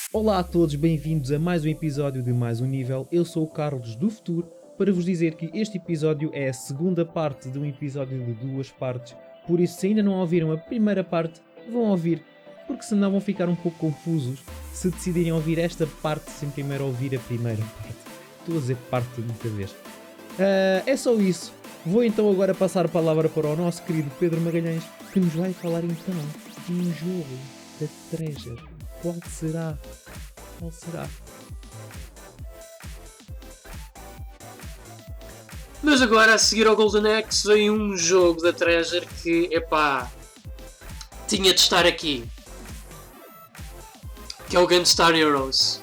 Olá a todos, bem-vindos a mais um episódio de Mais um Nível. Eu sou o Carlos do Futuro para vos dizer que este episódio é a segunda parte de um episódio de duas partes. Por isso, se ainda não ouviram a primeira parte, vão ouvir, porque senão vão ficar um pouco confusos se decidirem ouvir esta parte sem primeiro ouvir a primeira parte. Estou a dizer parte de muita vez. É só isso. Vou então agora passar a palavra para o nosso querido Pedro Magalhães, que nos vai falar então de um jogo da Treasure. Qual será? Qual será? Mas agora, a seguir ao Golden Axe, vem um jogo da Treasure que, tinha de estar aqui. Que é o Gunstar Heroes.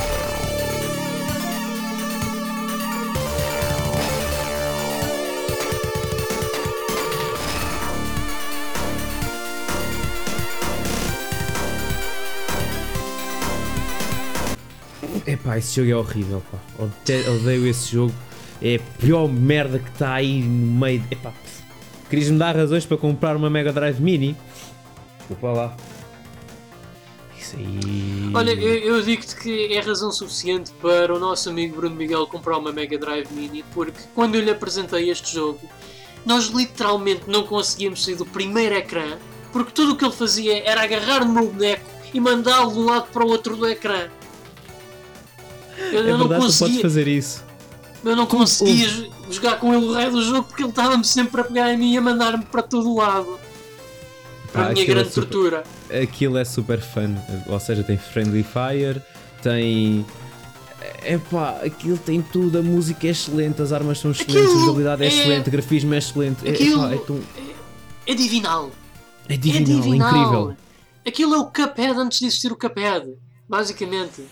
Epá, esse jogo é horrível, pá. Odeio esse jogo. É a pior merda que está aí no meio de... Epá, querias-me dar razões para comprar uma Mega Drive Mini? Desculpa lá. Isso aí... Olha, eu digo-te que é razão suficiente para o nosso amigo Bruno Miguel comprar uma Mega Drive Mini, porque quando eu lhe apresentei este jogo, nós literalmente não conseguíamos sair do primeiro ecrã, porque tudo o que ele fazia era agarrar no meu boneco e mandá-lo de um lado para o outro do ecrã. Eu não conseguia, tu podes fazer isso. Eu não conseguia jogar com ele o resto do jogo porque ele estava-me sempre a pegar em mim e a mandar-me para todo lado. Para a minha grande tortura. Aquilo é super fun. Ou seja, tem Friendly Fire, tem... Epá, aquilo tem tudo. A música é excelente, as armas são excelentes, a jogabilidade é excelente, o grafismo é excelente. É divinal. É divinal, incrível. Aquilo é o Cuphead antes de existir o Cuphead. Basicamente.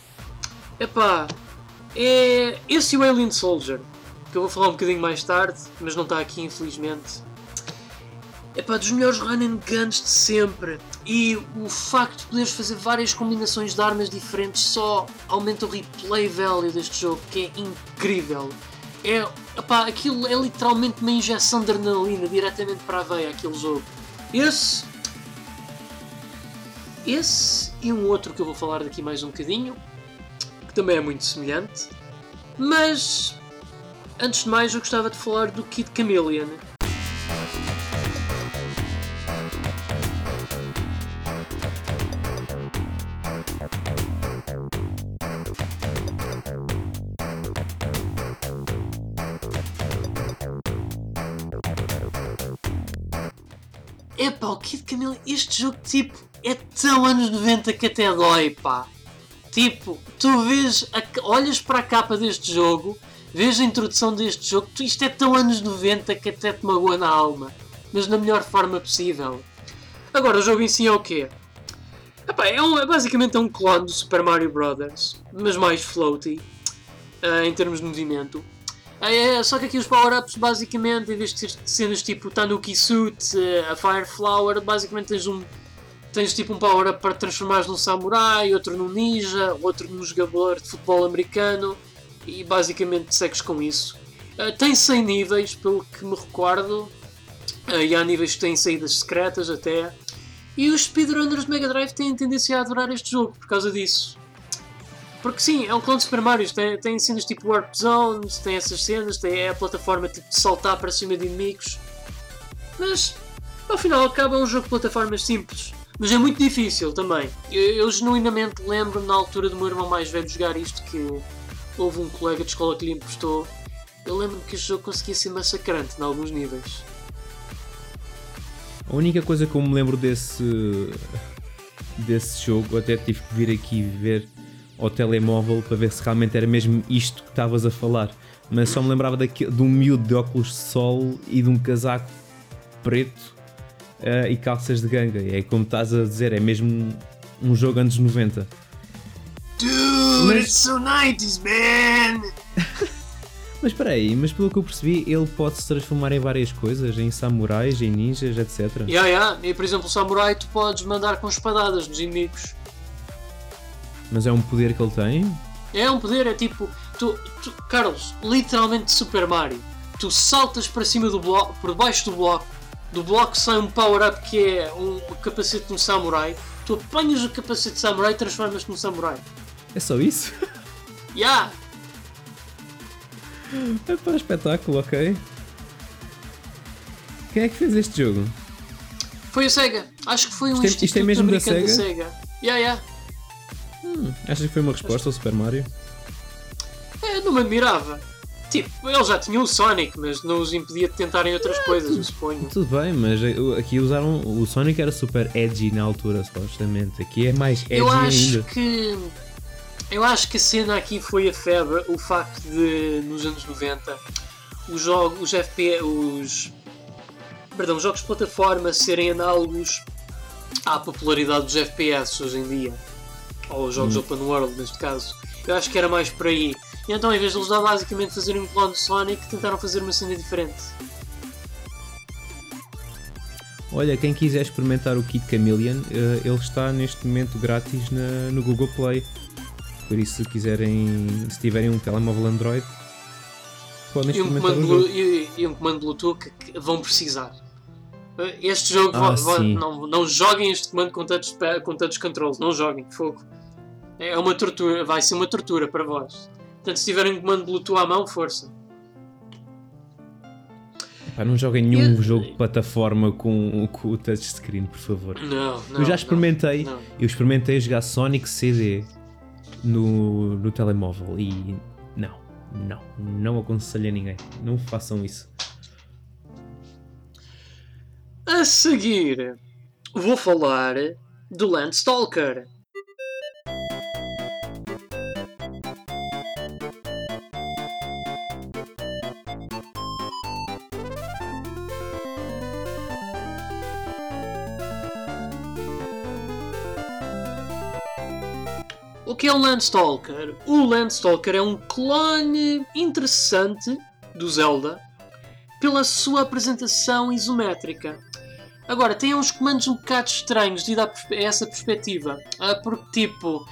É esse o Alien Soldier, que eu vou falar um bocadinho mais tarde, mas não está aqui infelizmente. Dos melhores run and guns de sempre. E o facto de poderes fazer várias combinações de armas diferentes só aumenta o replay value deste jogo, que é incrível. Aquilo é literalmente uma injeção de adrenalina diretamente para a veia, aquele jogo. Esse e um outro que eu vou falar daqui mais um bocadinho, que também é muito semelhante, mas antes de mais eu gostava de falar do Kid Chameleon. O Kid Chameleon, este jogo é tão anos 90 que até dói, pá. Tu olhas para a capa deste jogo, vês a introdução deste jogo, isto é tão anos 90 que até te magoa na alma, mas na melhor forma possível. Agora, o jogo em si é o quê? Basicamente é um clone do Super Mario Bros., mas mais floaty, em termos de movimento. Só que aqui os power-ups, basicamente, em vez de ser cenas tipo Tanuki Suit, a Fire Flower, basicamente tens um power-up para transformares num samurai, outro num ninja, outro num jogador de futebol americano, e basicamente segues com isso. Tem 100 níveis, pelo que me recordo, e há níveis que têm saídas secretas até, e os speedrunners de Mega Drive têm tendência a adorar este jogo por causa disso. Porque sim, é um clone de Super Mario, tem cenas tipo Warp Zones, tem essas cenas, tem a plataforma tipo de saltar para cima de inimigos, mas ao final acaba um jogo de plataformas simples. Mas é muito difícil também. Eu genuinamente lembro-me na altura do meu irmão mais velho jogar isto, que houve um colega de escola que lhe emprestou. Eu lembro-me que este jogo conseguia ser massacrante em alguns níveis. A única coisa que eu me lembro desse jogo, até tive que vir aqui ver ao telemóvel para ver se realmente era mesmo isto que estavas a falar. Mas só me lembrava de um miúdo de óculos de sol e de um casaco preto. E calças de ganga, é como estás a dizer, é mesmo um jogo anos 90. Dude, it's so 90s, man! Mas espera aí, mas pelo que eu percebi, ele pode se transformar em várias coisas, em samurais, em ninjas, etc. E por exemplo, o samurai tu podes mandar com espadadas nos inimigos. Mas é um poder que ele tem? É um poder, é tipo... Carlos, literalmente Super Mario. Tu saltas para cima do bloco, por debaixo do bloco sai um power-up que é um capacete de um samurai, Tu apanhas o capacete de samurai e transformas-te num samurai. É só isso? Yeah! É para espetáculo, ok. Quem é que fez este jogo? Foi a SEGA. Acho que foi um Isto é mesmo da americano SEGA? Yeah. Achas que foi uma resposta ao Super Mario? Não me admirava. Tipo, eles já tinham o Sonic, mas não os impedia de tentarem outras coisas, eu suponho. Tudo bem, mas aqui usaram... O Sonic era super edgy na altura, supostamente. Aqui é mais edgy ainda. Eu acho que a cena aqui foi a febre, o facto de, nos anos 90, os jogos de plataforma serem análogos à popularidade dos FPS hoje em dia. Ou os jogos open world, neste caso. Eu acho que era mais por aí. E então, em vez de eles lá basicamente fazerem um clone de Sonic, tentaram fazer uma cena diferente. Olha, quem quiser experimentar o Kid Chameleon, ele está neste momento grátis no Google Play. Por isso, se tiverem um telemóvel Android, podem experimentar o jogo. E um comando Bluetooth que vão precisar. Este jogo, não joguem este comando com touch controls, não joguem, fogo. É uma tortura, vai ser uma tortura para vós. Portanto, se tiverem um comando Bluetooth à mão, força. Não joguem nenhum jogo de plataforma com o touchscreen, por favor. Não. Eu já experimentei. Eu experimentei jogar Sonic CD no telemóvel e não aconselho a ninguém. Não façam isso. A seguir, vou falar do Landstalker. O que é o Landstalker? O Landstalker é um clone interessante do Zelda pela sua apresentação isométrica. Agora, tem uns comandos um bocado estranhos devido a essa perspectiva. Porque, tipo...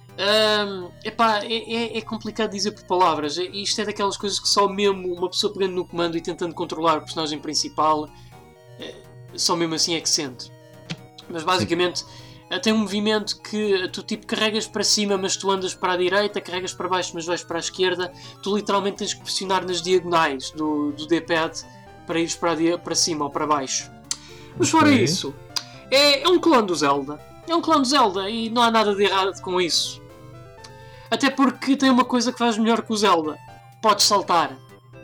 é complicado dizer por palavras. Isto é daquelas coisas que só mesmo uma pessoa pegando no comando e tentando controlar o personagem principal, só mesmo assim é que sente. Mas, basicamente... tem um movimento que tu tipo carregas para cima, mas tu andas para a direita, carregas para baixo, mas vais para a esquerda. Tu literalmente tens que pressionar nas diagonais do D-pad para ires para cima ou para baixo. Mas fora isso, é um clone do Zelda. É um clone do Zelda e não há nada de errado com isso. Até porque tem uma coisa que faz melhor que o Zelda. Podes saltar.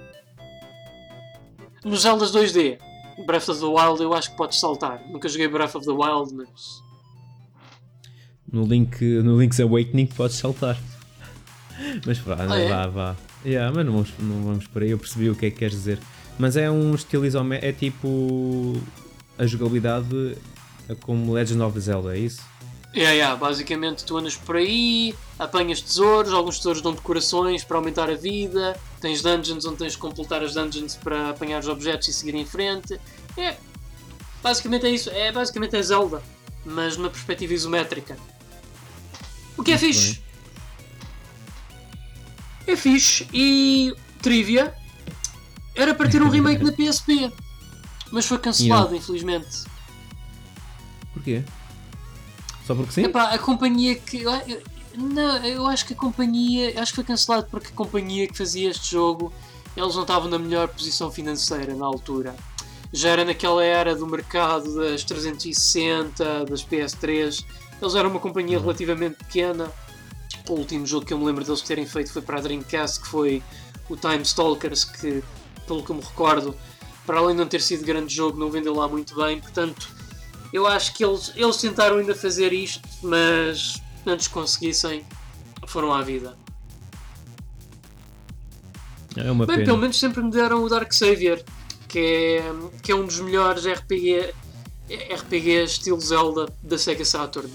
Nos Zeldas 2D, Breath of the Wild, eu acho que podes saltar. Nunca joguei Breath of the Wild, mas... No Link's Awakening podes saltar. Mas vá. Mas não vamos por aí, eu percebi o que é que queres dizer. Mas é um estilo isométrico, é tipo a jogabilidade como Legend of Zelda, é isso? Basicamente tu andas por aí, apanhas tesouros, alguns tesouros dão decorações para aumentar a vida, tens dungeons onde tens de completar as dungeons para apanhar os objetos e seguir em frente. Basicamente é isso, basicamente é Zelda, mas numa perspectiva isométrica. O que é fixe? Bem. É fixe e... Trivia. Era para ter um remake na PSP. Mas foi cancelado, infelizmente. Porquê? Só porque sim? A companhia que... Não, eu acho que a companhia... Acho que foi cancelado porque a companhia que fazia este jogo... Eles não estavam na melhor posição financeira na altura. Já era naquela era do mercado das 360, das PS3... Eles eram uma companhia relativamente pequena. O último jogo que eu me lembro deles terem feito foi para a Dreamcast, que foi o Time Stalkers, que, pelo que eu me recordo, para além de não ter sido grande jogo, não vendeu lá muito bem. Portanto, eu acho que eles tentaram ainda fazer isto, mas antes que conseguissem, foram à vida. É uma pena. Pelo menos sempre me deram o Dark Savior, que é um dos melhores RPG estilo Zelda da Sega Saturn.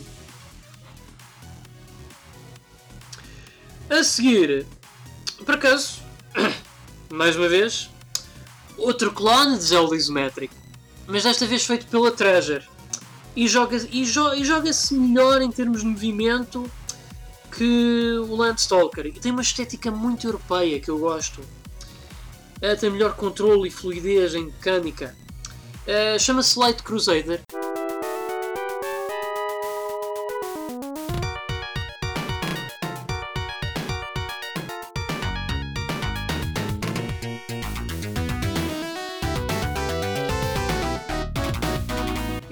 A seguir, por acaso, mais uma vez, outro clone de Zelda isométrico, mas desta vez feito pela Treasure. E joga-se melhor em termos de movimento que o Landstalker. E tem uma estética muito europeia que eu gosto. Tem melhor controle e fluidez em mecânica. Chama-se Light Crusader.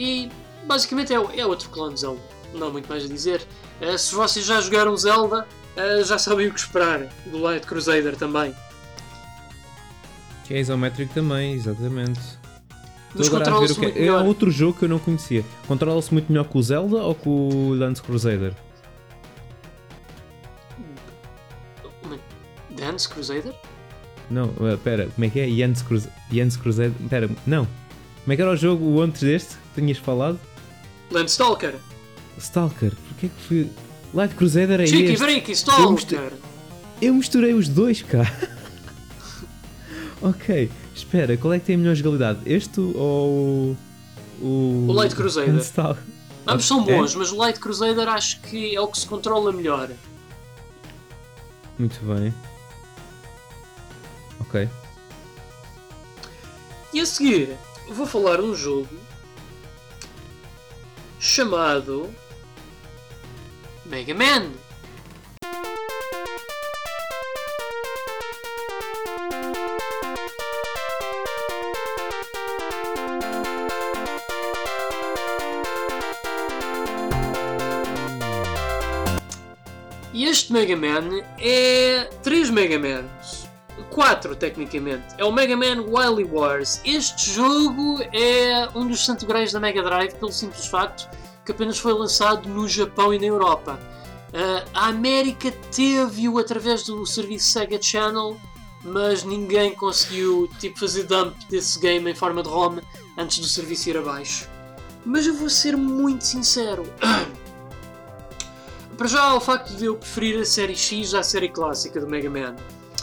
E basicamente é outro clone de Zelda. Não há muito mais a dizer. Se vocês já jogaram Zelda, já sabem o que esperar do Light Crusader também. Que é isométrico também, exatamente. Mas Estou agora a ver controla-se o que muito é. É melhor. outro jogo que eu não conhecia. Controla-se muito melhor com o Zelda ou com o Lance Crusader? Dance Crusader? Não, pera, como é que é? Jans Crusader. Pera, não. Como é que era o jogo o antes deste que tinhas falado? Landstalker. Stalker. Porquê que fui. Light Crusader é Chicky este? Bricky Stalker. Eu misturei os dois, cá. Ok, espera, qual é que tem a melhor jogabilidade? Este ou o Light Crusader. Stalker? Ambos são bons, mas o Light Crusader acho que é o que se controla melhor. Muito bem. Ok. E a seguir, vou falar de um jogo chamado Mega Man. E este Mega Man é 3 Mega Mans. 4 tecnicamente. É o Mega Man Wily Wars. Este jogo é um dos santo graus da Mega Drive pelo simples facto que apenas foi lançado no Japão e na Europa. A América teve-o através do serviço Sega Channel, mas ninguém conseguiu fazer dump desse game em forma de ROM antes do serviço ir abaixo. Mas eu vou ser muito sincero. Para já, o facto de eu preferir a série X à série clássica do Mega Man.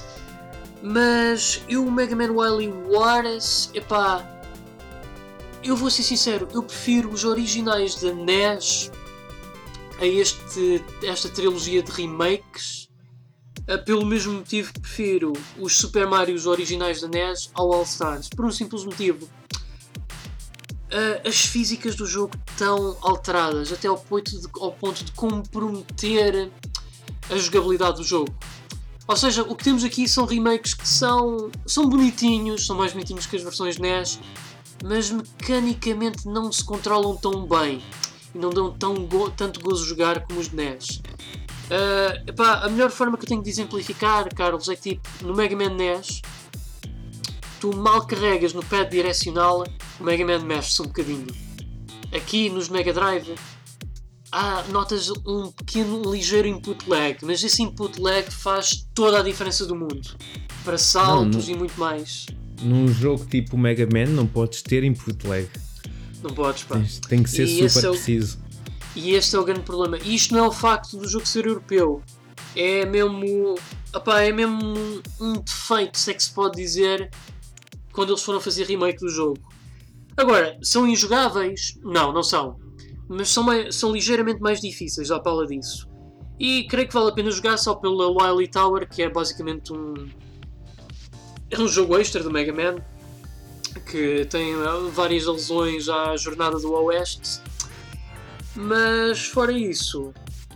Mas o Mega Man Wily Wars, epá, eu vou ser sincero, eu prefiro os originais da NES a esta trilogia de remakes, pelo mesmo motivo que prefiro os Super Marios originais da NES ao All Stars, por um simples motivo. As físicas do jogo estão alteradas até ao ponto de comprometer a jogabilidade do jogo. Ou seja, o que temos aqui são remakes que são bonitinhos, são mais bonitinhos que as versões NES, mas mecanicamente não se controlam tão bem e não dão tanto gozo jogar como os de NES. A melhor forma que eu tenho de exemplificar, Carlos, é que no Mega Man NES tu mal carregas no pad direcional, o Mega Man mexe-se um bocadinho. Aqui nos Mega Drive notas um ligeiro input lag, mas esse input lag faz toda a diferença do mundo para saltos e muito mais. Num jogo tipo Mega Man não podes ter input lag. Não podes, pá. Tem que ser super preciso. E este é o grande problema. E isto não é o facto do jogo ser europeu. É mesmo um defeito, se é que se pode dizer, quando eles foram fazer remake do jogo. Agora, são injogáveis? Não são. Mas são ligeiramente mais difíceis, já fala disso. E creio que vale a pena jogar só pela Wily Tower, que é basicamente um jogo extra do Mega Man, que tem várias alusões à Jornada do Oeste. Mas fora isso,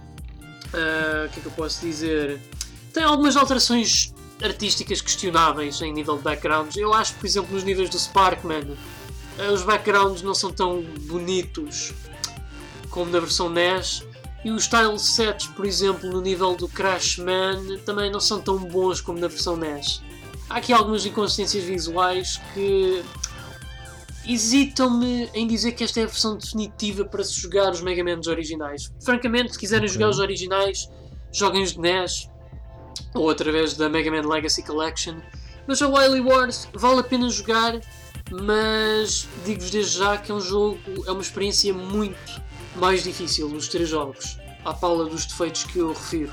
o que é que eu posso dizer? Tem algumas alterações artísticas questionáveis em nível de backgrounds. Eu acho que, por exemplo, nos níveis do Sparkman, os backgrounds não são tão bonitos como na versão NES, e os tile sets, por exemplo, no nível do Crash Man, também não são tão bons como na versão NES. Há aqui algumas inconsistências visuais que hesitam-me em dizer que esta é a versão definitiva para se jogar os Mega Man originais. Francamente, se quiserem jogar os originais, joguem os de NES ou através da Mega Man Legacy Collection. Mas a Wily Wars vale a pena jogar, mas digo-vos desde já que é uma experiência muito mais difícil nos 3 jogos, à pala dos defeitos que eu refiro.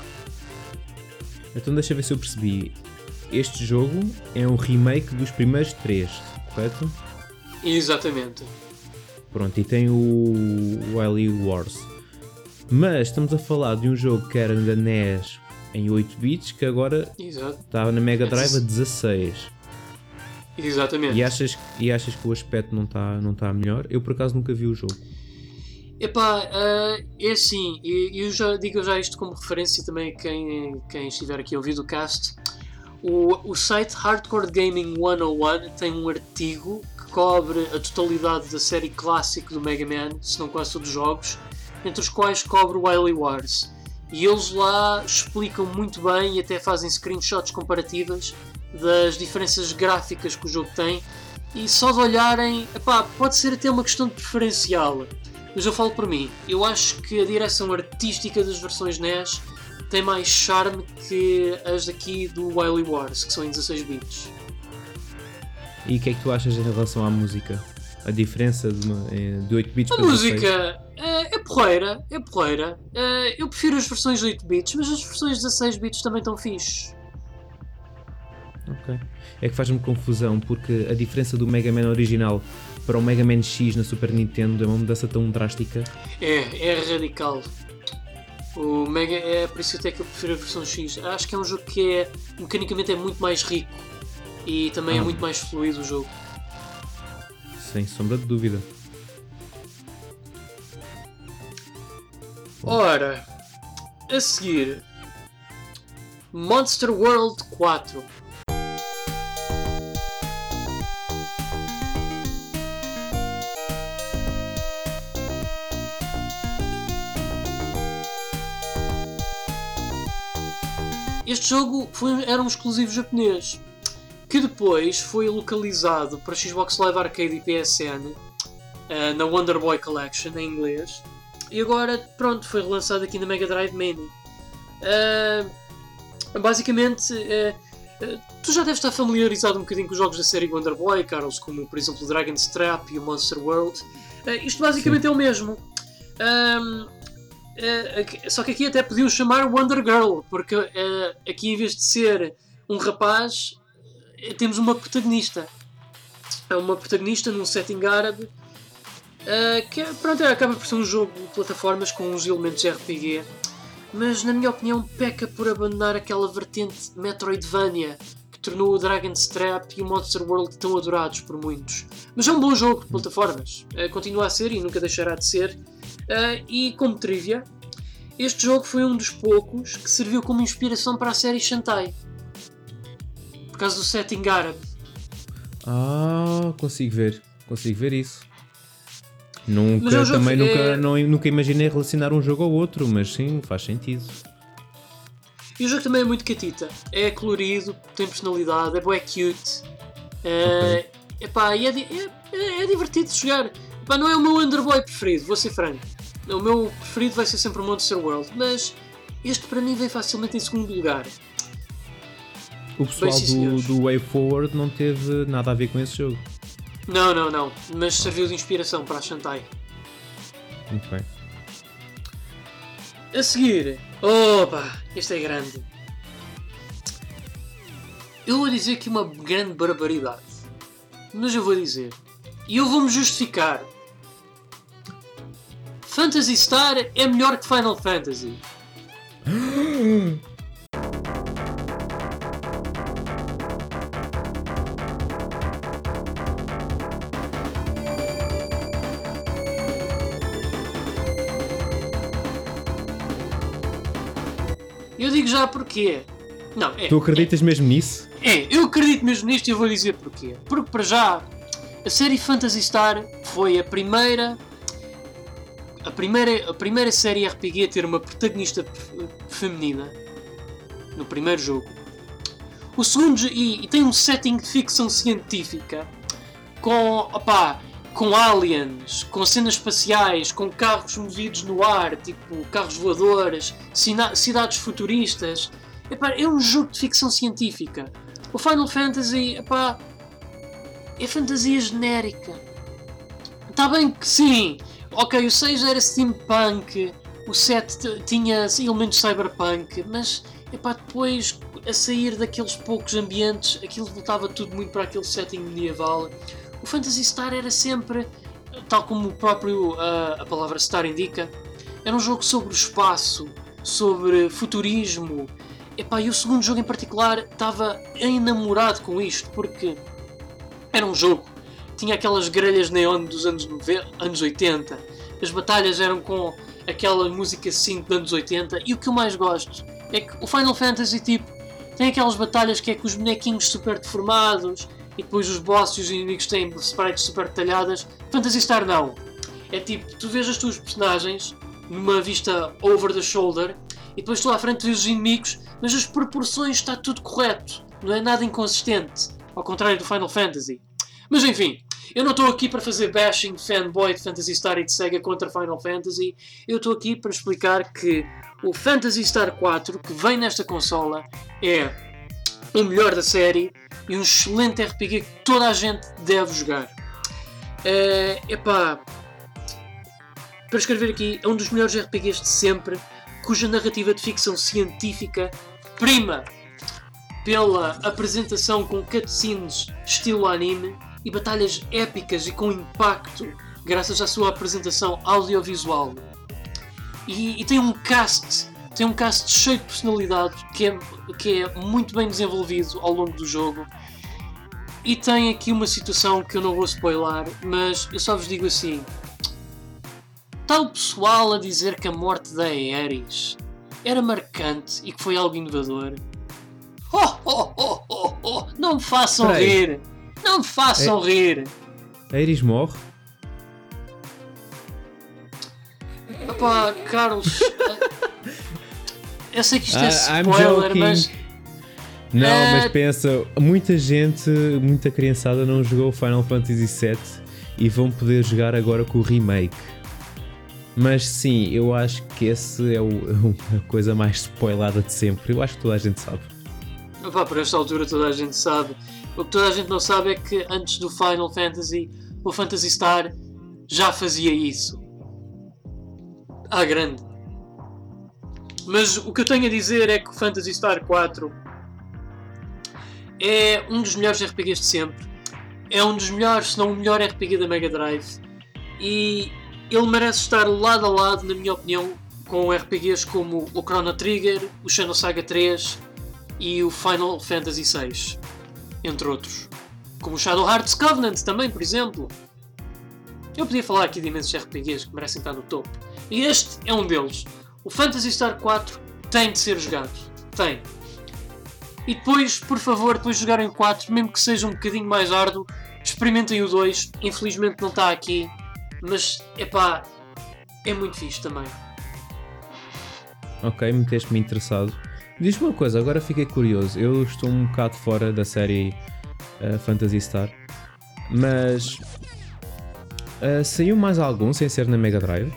Então deixa ver se eu percebi. Este jogo é um remake dos primeiros 3, correto? Exatamente. Pronto, e tem o Wily Wars. Mas estamos a falar de um jogo que era da NES em 8 bits, que agora está na Mega Drive a 16. Exatamente. E achas que o aspecto não está melhor? Eu por acaso nunca vi o jogo. Epá, é assim, eu já digo isto como referência também a quem estiver aqui a ouvir do cast. O site Hardcore Gaming 101 tem um artigo que cobre a totalidade da série clássica do Mega Man, se não quase todos os jogos, entre os quais cobre o Wily Wars. E eles lá explicam muito bem e até fazem screenshots comparativas das diferenças gráficas que o jogo tem, e só de olharem, pode ser até uma questão de preferencial, mas eu falo por mim, eu acho que a direção artística das versões NES tem mais charme que as daqui do Wily Wars, que são em 16 bits. E o que é que tu achas em relação à música? A diferença de 8 bits A para 16? música é porreira. Eu prefiro as versões de 8 bits, mas as versões de 16 bits também estão fixe. Ok. É que faz-me confusão, porque a diferença do Mega Man original para o Mega Man X na Super Nintendo é uma mudança tão drástica. É radical. O Mega é por isso até que eu prefiro a versão X. Acho que é um jogo que mecanicamente é muito mais rico e também é muito mais fluido o jogo. Sem sombra de dúvida. Ora, a seguir, Monster World 4. Este jogo era um exclusivo japonês, que depois foi localizado para Xbox Live Arcade e PSN, na Wonder Boy Collection em inglês, e agora pronto, foi relançado aqui na Mega Drive Mini. Basicamente, tu já deves estar familiarizado um bocadinho com os jogos da série Wonder Boy, Carlos, como por exemplo o Dragon's Trap e o Monster World. Isto basicamente é o mesmo. Só que aqui até podiam chamar Wonder Girl, porque aqui em vez de ser um rapaz, temos uma protagonista. É uma protagonista num setting árabe, que pronto, acaba por ser um jogo de plataformas com uns elementos de RPG, mas na minha opinião peca por abandonar aquela vertente Metroidvania que tornou o Dragon's Trap e o Monster World tão adorados por muitos. Mas é um bom jogo de plataformas, continua a ser e nunca deixará de ser. E como trivia, este jogo foi um dos poucos que serviu como inspiração para a série Shantae, por causa do setting árabe. Consigo ver isso. Nunca imaginei relacionar um jogo ao outro, mas sim, faz sentido. E o jogo também é muito catita, é colorido, tem personalidade, é bué cute. É divertido de jogar. Não é o meu Underboy preferido, vou ser franco. O meu preferido vai ser sempre o Monster World, mas este para mim vem facilmente em segundo lugar. O pessoal do Way Forward não teve nada a ver com esse jogo. Não, mas serviu de inspiração para a Shantae. Muito bem. A seguir, este é grande. Eu vou dizer aqui uma grande barbaridade, mas eu vou dizer, e eu vou-me justificar. Phantasy Star é melhor que Final Fantasy. Eu digo já porquê. Tu acreditas mesmo nisso? Eu acredito mesmo nisto e eu vou dizer porquê. Porque para já, a série Phantasy Star foi a primeira série RPG a ter uma protagonista feminina no primeiro jogo. O segundo, e tem um setting de ficção científica com aliens, com cenas espaciais, com carros movidos no ar, tipo carros voadores, cidades futuristas. É um jogo de ficção científica. O Final Fantasy é fantasia genérica. Está bem que sim. Ok, o 6 era steampunk, o 7 tinha elementos cyberpunk, mas depois a sair daqueles poucos ambientes, aquilo voltava tudo muito para aquele setting medieval. O Phantasy Star era sempre, tal como o próprio a palavra Star indica, era um jogo sobre o espaço, sobre futurismo. E o segundo jogo em particular estava enamorado com isto, porque era um jogo, tinha aquelas grelhas neon dos anos 80, as batalhas eram com aquela música synth dos anos 80, e o que eu mais gosto é que o Final Fantasy tem aquelas batalhas que é com os bonequinhos super deformados, e depois os bosses e os inimigos têm sprites super detalhadas. Phantasy Star não. É tipo, tu vês as tuas personagens numa vista over the shoulder e depois tu à frente vês os inimigos, mas as proporções está tudo correto, não é nada inconsistente, ao contrário do Final Fantasy. Mas enfim, eu não estou aqui para fazer bashing fanboy de Phantasy Star e de Sega contra Final Fantasy. Eu estou aqui para explicar que o Phantasy Star 4 que vem nesta consola é o melhor da série e um excelente RPG que toda a gente deve jogar. Epá, para escrever aqui, é um dos melhores RPGs de sempre, cuja narrativa de ficção científica prima pela apresentação com cutscenes estilo anime e batalhas épicas e com impacto graças à sua apresentação audiovisual. E tem um cast cheio de personalidade que é muito bem desenvolvido ao longo do jogo. E tem aqui uma situação que eu não vou spoiler, mas eu só vos digo assim: está o pessoal a dizer que a morte da Aeris era marcante e que foi algo inovador. Não me façam rir! Não me façam rir! A Aeris morre? Opá, Carlos, eu sei que isto é spoiler, mas... Não, mas pensa, muita criançada não jogou Final Fantasy VII e vão poder jogar agora com o remake. Mas sim, eu acho que esse é a coisa mais spoilada de sempre. Eu acho que toda a gente sabe. Opá, por esta altura toda a gente sabe. O que toda a gente não sabe é que antes do Final Fantasy, o Phantasy Star já fazia isso. À grande. Mas o que eu tenho a dizer é que o Phantasy Star 4 é um dos melhores RPGs de sempre. É um dos melhores, se não o melhor RPG da Mega Drive. E ele merece estar lado a lado, na minha opinião, com RPGs como o Chrono Trigger, o Xenosaga 3 e o Final Fantasy VI, entre outros. Como o Shadow Hearts Covenant também, por exemplo. Eu podia falar aqui de imensos RPGs que merecem estar no topo. E este é um deles. O Phantasy Star 4 tem de ser jogado. Tem. E depois, por favor, depois de jogarem o 4, mesmo que seja um bocadinho mais árduo, experimentem o 2. Infelizmente não está aqui. Mas, epá, é muito fixe também. Ok, meteste-me interessado. Diz-me uma coisa, agora fiquei curioso. Eu estou um bocado fora da série Phantasy Star. Mas... saiu mais algum sem ser na Mega Drive?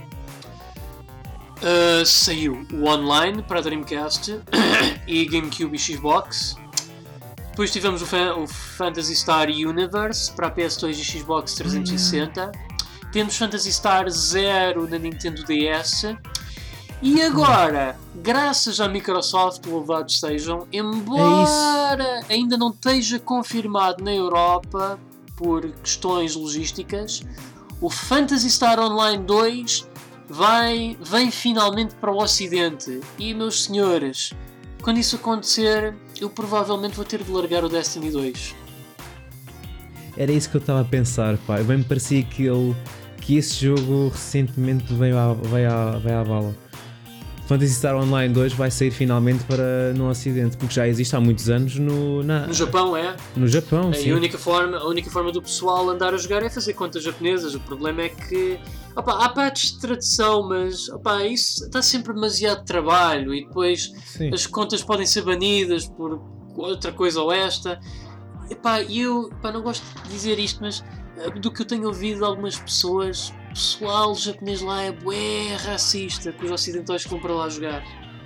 Saiu o Online para a Dreamcast e GameCube e Xbox. Depois tivemos o Phantasy Star Universe para a PS2 e Xbox 360. Temos Phantasy Star Zero na Nintendo DS. E agora, graças à Microsoft, louvados sejam, embora ainda não esteja confirmado na Europa por questões logísticas, o Phantasy Star Online 2 vem finalmente para o Ocidente. E, meus senhores, quando isso acontecer, eu provavelmente vou ter de largar o Destiny 2. Era isso que eu estava a pensar, pá. Bem me parecia que esse jogo recentemente veio à bala. Fantasy Star Online 2 vai sair finalmente no Ocidente, porque já existe há muitos anos no Japão, é? No Japão, sim. A única forma do pessoal andar a jogar é fazer contas japonesas. O problema é que há patches de tradução, mas isso dá sempre demasiado trabalho e depois as contas podem ser banidas por outra coisa ou esta. Eu não gosto de dizer isto, mas do que eu tenho ouvido de algumas pessoas, o pessoal japonês lá é bué racista com os ocidentais que vão para lá jogar.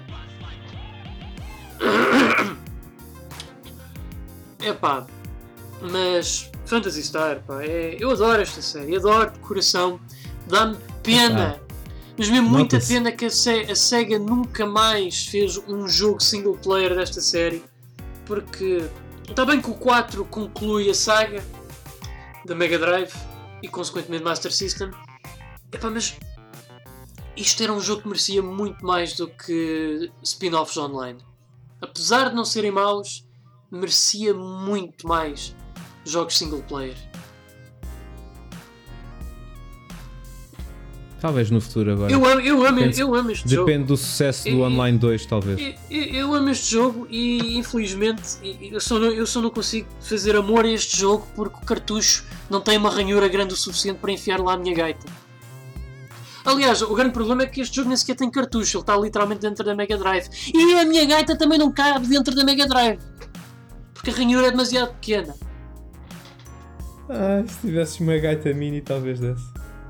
Mas Phantasy Star, eu adoro esta série, adoro de coração, dá-me pena, mas mesmo muita pena que a SEGA nunca mais fez um jogo single player desta série, porque está bem que o 4 conclui a saga da Mega Drive e consequentemente Master System, mas isto era um jogo que merecia muito mais do que spin-offs online. Apesar de não serem maus, merecia muito mais jogos single player. Talvez no futuro agora. Eu amo este jogo. Depende do sucesso do Online 2, talvez. Eu amo este jogo e infelizmente eu só não consigo fazer amor a este jogo porque o cartucho não tem uma ranhura grande o suficiente para enfiar lá a minha gaita. Aliás, o grande problema é que este jogo nem sequer tem cartucho, ele está literalmente dentro da Mega Drive. E a minha gaita também não cabe dentro da Mega Drive. Porque a ranhura é demasiado pequena. Se tivesses uma gaita mini, talvez desse.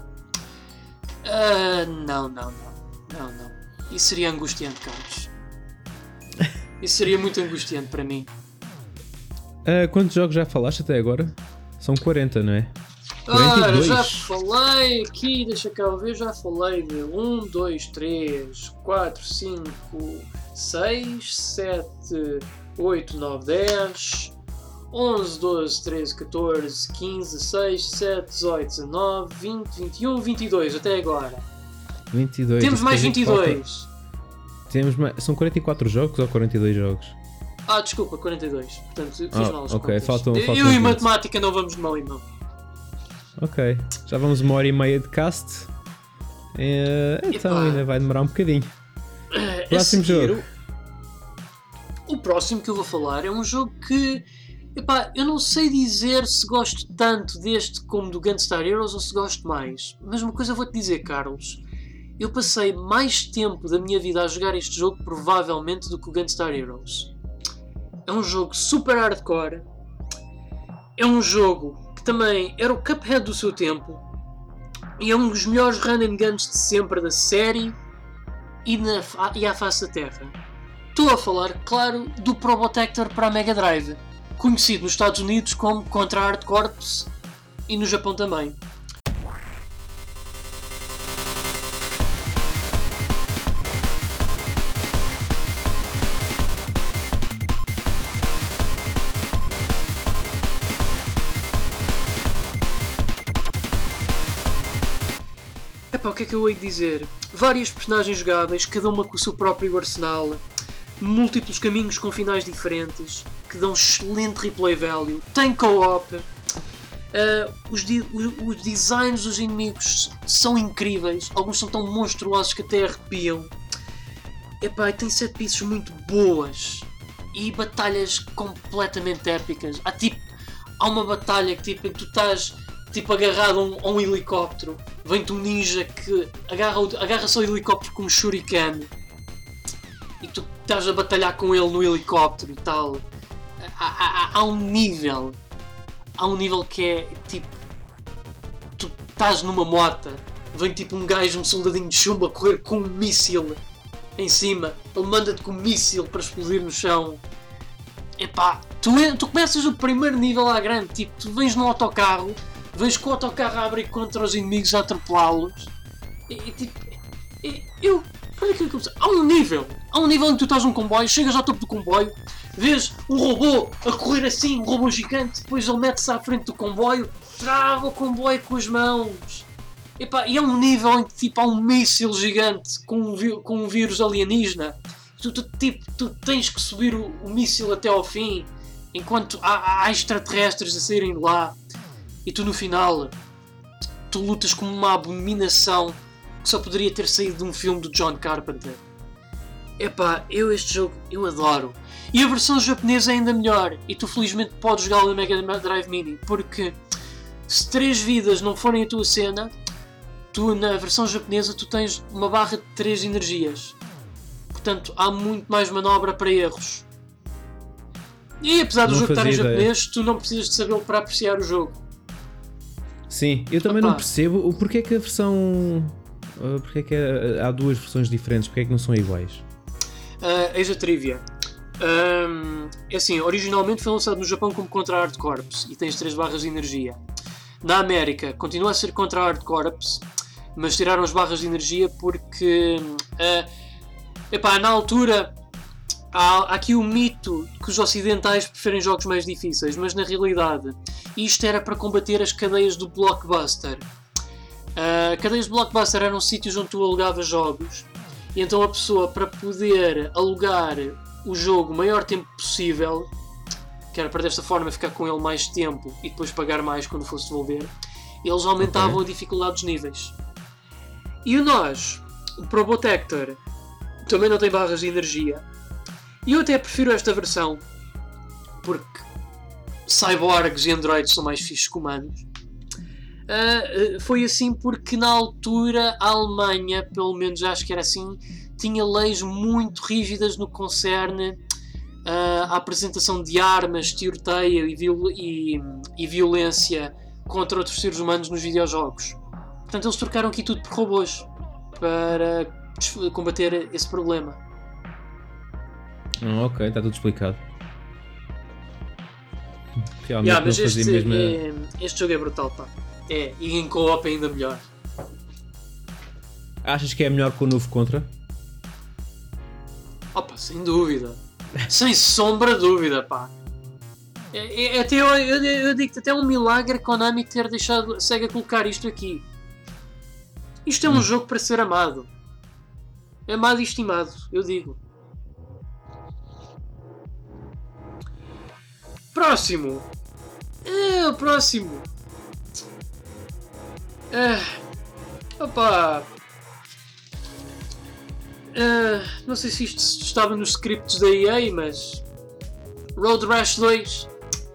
Não. Isso seria angustiante, Carlos. Isso seria muito angustiante para mim. Quantos jogos já falaste até agora? São 40, não é? Ora, já falei aqui, deixa cá ver, já falei de 1, 2, 3, 4, 5, 6, 7, 8, 9, 10, 11, 12, 13, 14, 15, 16, 17, 18, 19, 20, 21, 22, até agora. 22. Temos mais 22. São 44 jogos ou 42 jogos? Desculpa, 42. Portanto, fiz mal as ok, contas. faltam Eu 20. e matemática não vamos de mão em mão. Ok, já vamos 1h30 de cast. Então ainda vai demorar um bocadinho. Próximo jogo. O próximo que eu vou falar é um jogo que... eu não sei dizer se gosto tanto deste como do Gunstar Heroes ou se gosto mais. Mas uma coisa vou-te dizer, Carlos. Eu passei mais tempo da minha vida a jogar este jogo provavelmente do que o Gunstar Heroes. É um jogo super hardcore. É um jogo que também era o Cuphead do seu tempo. E é um dos melhores run and guns de sempre da série e à face da Terra. Estou a falar, claro, do Probotector para a Mega Drive, conhecido nos Estados Unidos como Contra Hard Corps e no Japão também. O que é que eu hei de dizer? Várias personagens jogáveis, cada uma com o seu próprio arsenal, múltiplos caminhos com finais diferentes, que dão excelente replay value, tem co-op, os designs dos inimigos são incríveis, alguns são tão monstruosos que até arrepiam. Tem set pieces muito boas e batalhas completamente épicas. Há uma batalha que em que tu estás agarrado a um helicóptero, vem-te um ninja que agarra-se ao helicóptero com um shuriken e tu estás a batalhar com ele no helicóptero e tal. Há um nível que é tu estás numa mota, vem um gajo, um soldadinho de chumbo a correr com um míssil em cima, ele manda-te com um míssil para explodir no chão. Tu começas o primeiro nível à grande, tu vens num autocarro, vens com o autocarro a abrir contra os inimigos, a atropelá-los. Há um nível em que tu estás num comboio, chegas ao topo do comboio, vês um robô a correr assim, um robô gigante, depois ele mete-se à frente do comboio, trava o comboio com as mãos. E é um nível em que há um míssil gigante com um vírus alienígena. Tu tens que subir o míssil até ao fim, enquanto há extraterrestres a saírem de lá. E tu no final, tu lutas como uma abominação que só poderia ter saído de um filme do John Carpenter. Este jogo eu adoro. E a versão japonesa é ainda melhor. E tu felizmente podes jogá-lo na Mega Drive Mini. Porque se 3 vidas não forem a tua cena, tu na versão japonesa tu tens uma barra de 3 energias. Portanto, há muito mais manobra para erros. E apesar do jogo estar em japonês, tu não precisas de sabê-lo para apreciar o jogo. Sim, eu também não percebo porque é que a versão... Porque é que há 2 versões diferentes, porque é que não são iguais? Eis a trivia. É assim, originalmente foi lançado no Japão como Contra Hard Corps e tens 3 barras de energia. Na América continua a ser Contra Hard Corps, mas tiraram as barras de energia porque na altura há aqui o mito que os ocidentais preferem jogos mais difíceis, mas na realidade isto era para combater as cadeias do Blockbuster. Cadeias de Blockbuster eram sítios onde tu alugavas jogos e então a pessoa, para poder alugar o jogo o maior tempo possível, que era para desta forma ficar com ele mais tempo e depois pagar mais quando fosse devolver, eles aumentavam a dificuldade dos níveis. E o nós, o Probotector, também não tem barras de energia. E eu até prefiro esta versão, porque cyborgs e androids são mais fixos que humanos. Foi assim porque na altura a Alemanha, pelo menos acho que era assim, tinha leis muito rígidas no que concerne à apresentação de armas, tiroteio e violência contra outros seres humanos nos videojogos. Portanto, eles trocaram aqui tudo por robôs para combater esse problema. Ok, está tudo explicado. Realmente Mas não fazia mesmo... este jogo é brutal, pá. É, e em co-op é ainda melhor. Achas que é melhor que o novo Contra? Opa, sem dúvida. Sem sombra de dúvida, pá. Até eu digo-te, até um milagre a Konami ter deixado a SEGA colocar isto aqui. Isto é um jogo para ser amado. Amado e estimado, eu digo. Próximo. O próximo. Opa. Não sei se isto estava nos scripts da EA, mas Road Rash 2.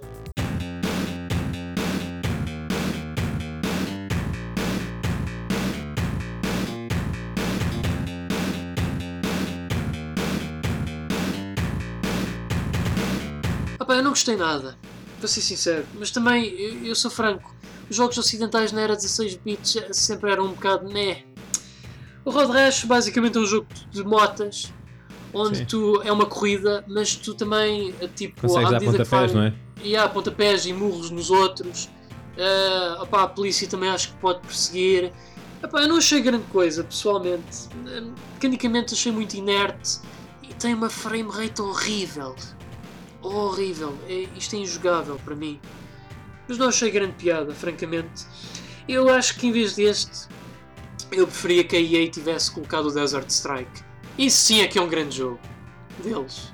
Opa, eu não gostei nada, para ser sincero, mas também eu sou franco, os jogos ocidentais na era 16 bits sempre eram um bocado meh. O Road Rash basicamente é um jogo de motas, onde Sim. tu é uma corrida, mas tu também, tipo, Consegues dar pontapés, não é? E há pontapés e murros nos outros. A polícia também acho que pode perseguir. Eu não achei grande coisa, pessoalmente. Mecanicamente achei muito inerte e tem uma frame rate horrível. Horrível. Isto é injogável para mim. Mas não achei grande piada, francamente. Eu acho que em vez deste, eu preferia que a EA tivesse colocado o Desert Strike. Isso sim é que é um grande jogo deles.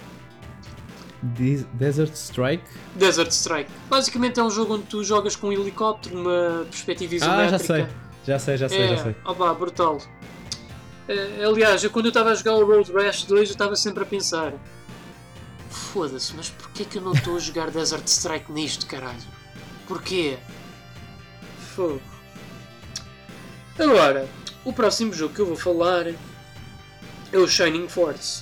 Desert Strike? Desert Strike. Basicamente é um jogo onde tu jogas com um helicóptero numa perspectiva isométrica. Já sei. Opa, brutal. Aliás, quando eu estava a jogar o Road Rash 2 eu estava sempre a pensar: foda-se, mas porquê que eu não estou a jogar Desert Strike nisto, caralho? Porquê? Fogo. Agora, o próximo jogo que eu vou falar é o Shining Force.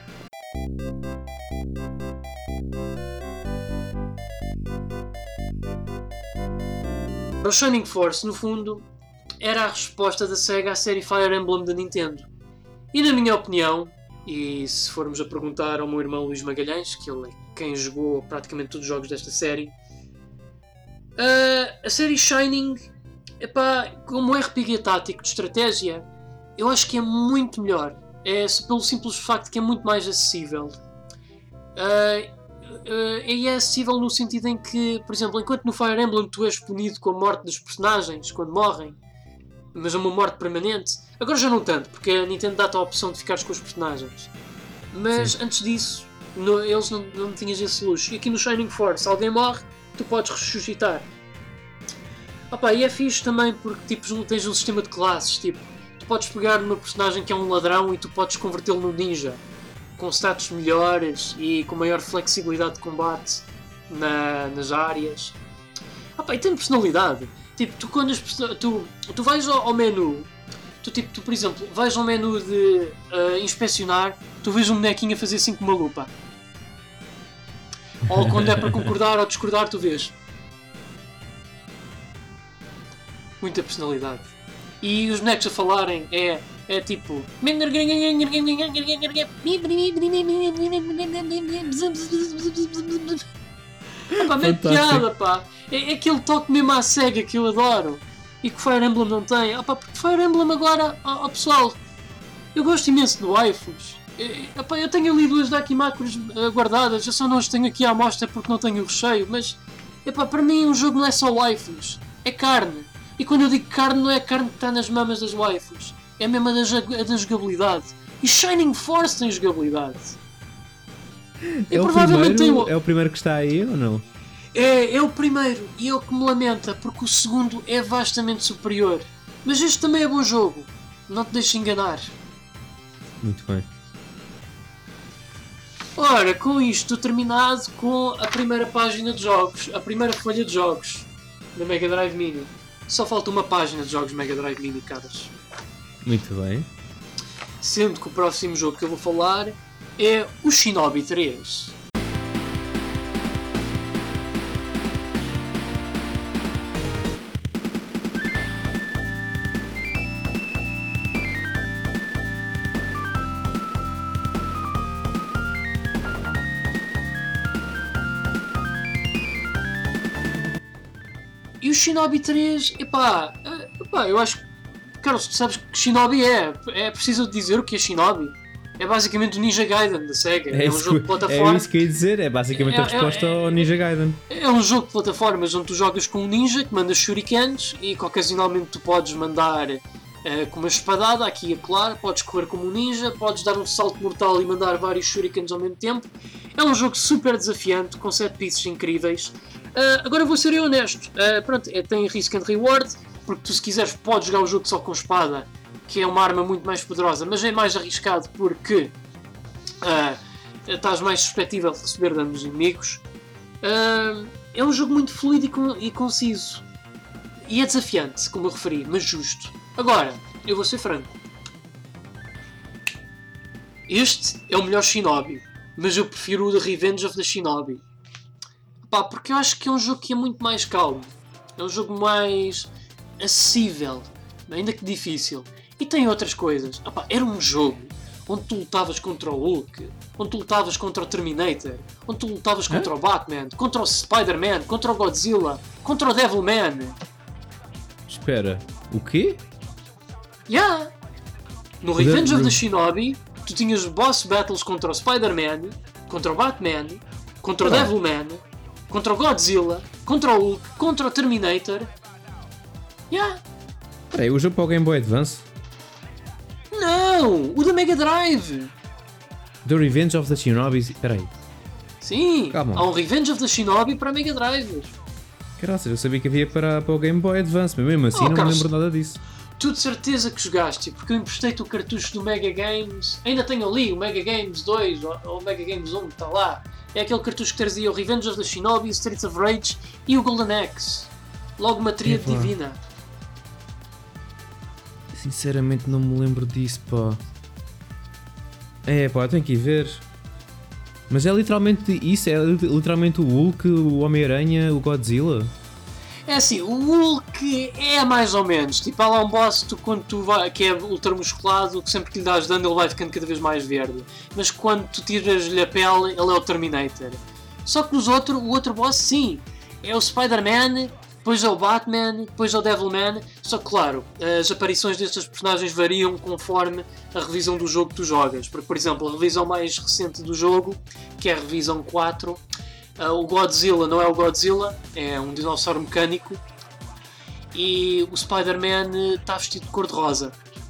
O Shining Force, no fundo, era a resposta da SEGA à série Fire Emblem da Nintendo. E na minha opinião, e se formos a perguntar ao meu irmão Luís Magalhães, que ele é quem jogou praticamente todos os jogos desta série, a série Shining, como RPG tático de estratégia, eu acho que é muito melhor. Pelo simples facto que é muito mais acessível. É acessível no sentido em que, por exemplo, enquanto no Fire Emblem tu és punido com a morte dos personagens quando morrem, mas é uma morte permanente, agora já não tanto, porque a Nintendo dá-te a opção de ficares com os personagens. Mas Sim. antes disso, eles não tinhas esse luxo. E aqui no Shining Force, alguém morre, tu podes ressuscitar. E é fixe também porque tipo, tens um sistema de classes, tipo, tu podes pegar numa personagem que é um ladrão e tu podes convertê-lo num ninja, com status melhores e com maior flexibilidade de combate nas áreas. E tem personalidade. Tipo, tu quando tu vais ao menu, tu por exemplo, vais ao menu de inspecionar, tu vês um bonequinho a fazer assim com uma lupa. Ou quando é para concordar ou discordar, tu vês. Muita personalidade. E os bonecos a falarem é tipo. Mete piada, pá. É aquele toque mesmo à SEGA que eu adoro. E que Fire Emblem não tem. Porque Fire Emblem agora, pessoal, eu gosto imenso de waifus. Eu tenho ali duas Dakimakuras guardadas, eu só não as tenho aqui à amostra porque não tenho o recheio, mas para mim o jogo não é só waifus, é carne. E quando eu digo carne, não é a carne que está nas mamas das waifus, é mesmo a da jogabilidade. E Shining Force tem jogabilidade. É o primeiro que está aí ou não? É o primeiro, e é o que me lamenta, porque o segundo é vastamente superior. Mas este também é bom jogo. Não te deixes enganar. Muito bem. Ora, com isto terminado com a primeira página de jogos, a primeira folha de jogos da Mega Drive Mini. Só falta uma página de jogos Mega Drive Mini, caras. Muito bem. Sendo que o próximo jogo que eu vou falar é o Shinobi 3. E o Shinobi 3, epá, eu acho que, Carlos, tu sabes que Shinobi é preciso dizer o que é Shinobi. É basicamente o Ninja Gaiden da SEGA, é um jogo de plataforma. É isso que eu ia dizer, é basicamente a resposta ao Ninja Gaiden. É um jogo de plataformas onde tu jogas com um ninja que manda shurikens e que ocasionalmente tu podes mandar com uma espadada aqui e acolá, podes correr como um ninja, podes dar um salto mortal e mandar vários shurikens ao mesmo tempo. É um jogo super desafiante, com 7 pieces incríveis. Agora vou ser honesto, pronto, tem risk and reward, porque tu se quiseres podes jogar o jogo só com espada, que é uma arma muito mais poderosa, mas é mais arriscado porque estás mais suscetível de receber dano dos inimigos. É um jogo muito fluido e conciso, e é desafiante, como eu referi, mas justo. Agora, eu vou ser franco, este é o melhor Shinobi, mas eu prefiro o The Revenge of the Shinobi. Porque eu acho que é um jogo que é muito mais calmo, é um jogo mais acessível, ainda que difícil, e tem outras coisas. Era um jogo onde tu lutavas contra o Hulk, onde tu lutavas contra o Terminator, onde tu lutavas contra o Batman, contra o Spider-Man, contra o Godzilla, contra o Devilman. Espera, o quê? Yeah. No Revenge of the Shinobi tu tinhas boss battles contra o Spider-Man, contra o Batman, contra o Devilman, contra o Godzilla, contra o Hulk, contra o Terminator. Yeah. Peraí, o jogo para o Game Boy Advance? Não! O da Mega Drive! The Revenge of the Shinobi... Peraí. Sim! Calma. Há um Revenge of the Shinobi para a Mega Drive. Graças, eu sabia que havia para o Game Boy Advance, mas mesmo assim não Carlos, me lembro nada disso. Tu de certeza que jogaste, porque eu emprestei-te o cartucho do Mega Games. Ainda tenho ali o Mega Games 2 ou o Mega Games 1, está lá. É aquele cartucho que trazia o Revenge of the Shinobi, Streets of Rage e o Golden Axe. Logo uma tríade divina. Sinceramente não me lembro disso, pá. Pá, tenho que ir ver. Mas é literalmente isso? É literalmente o Hulk, o Homem-Aranha, o Godzilla? É assim, o Hulk é mais ou menos. Tipo, há lá um boss que é ultramusculado, que sempre que lhe dás dano ele vai ficando cada vez mais verde. Mas quando tu tiras-lhe a pele, ele é o Terminator. Só que o outro boss, sim, é o Spider-Man, depois é o Batman, depois é o Devilman. Só que, claro, as aparições destes personagens variam conforme a revisão do jogo que tu jogas. Porque, por exemplo, a revisão mais recente do jogo, que é a revisão 4, o Godzilla não é o Godzilla, é um dinossauro mecânico. E o Spider-Man está vestido de cor-de-rosa.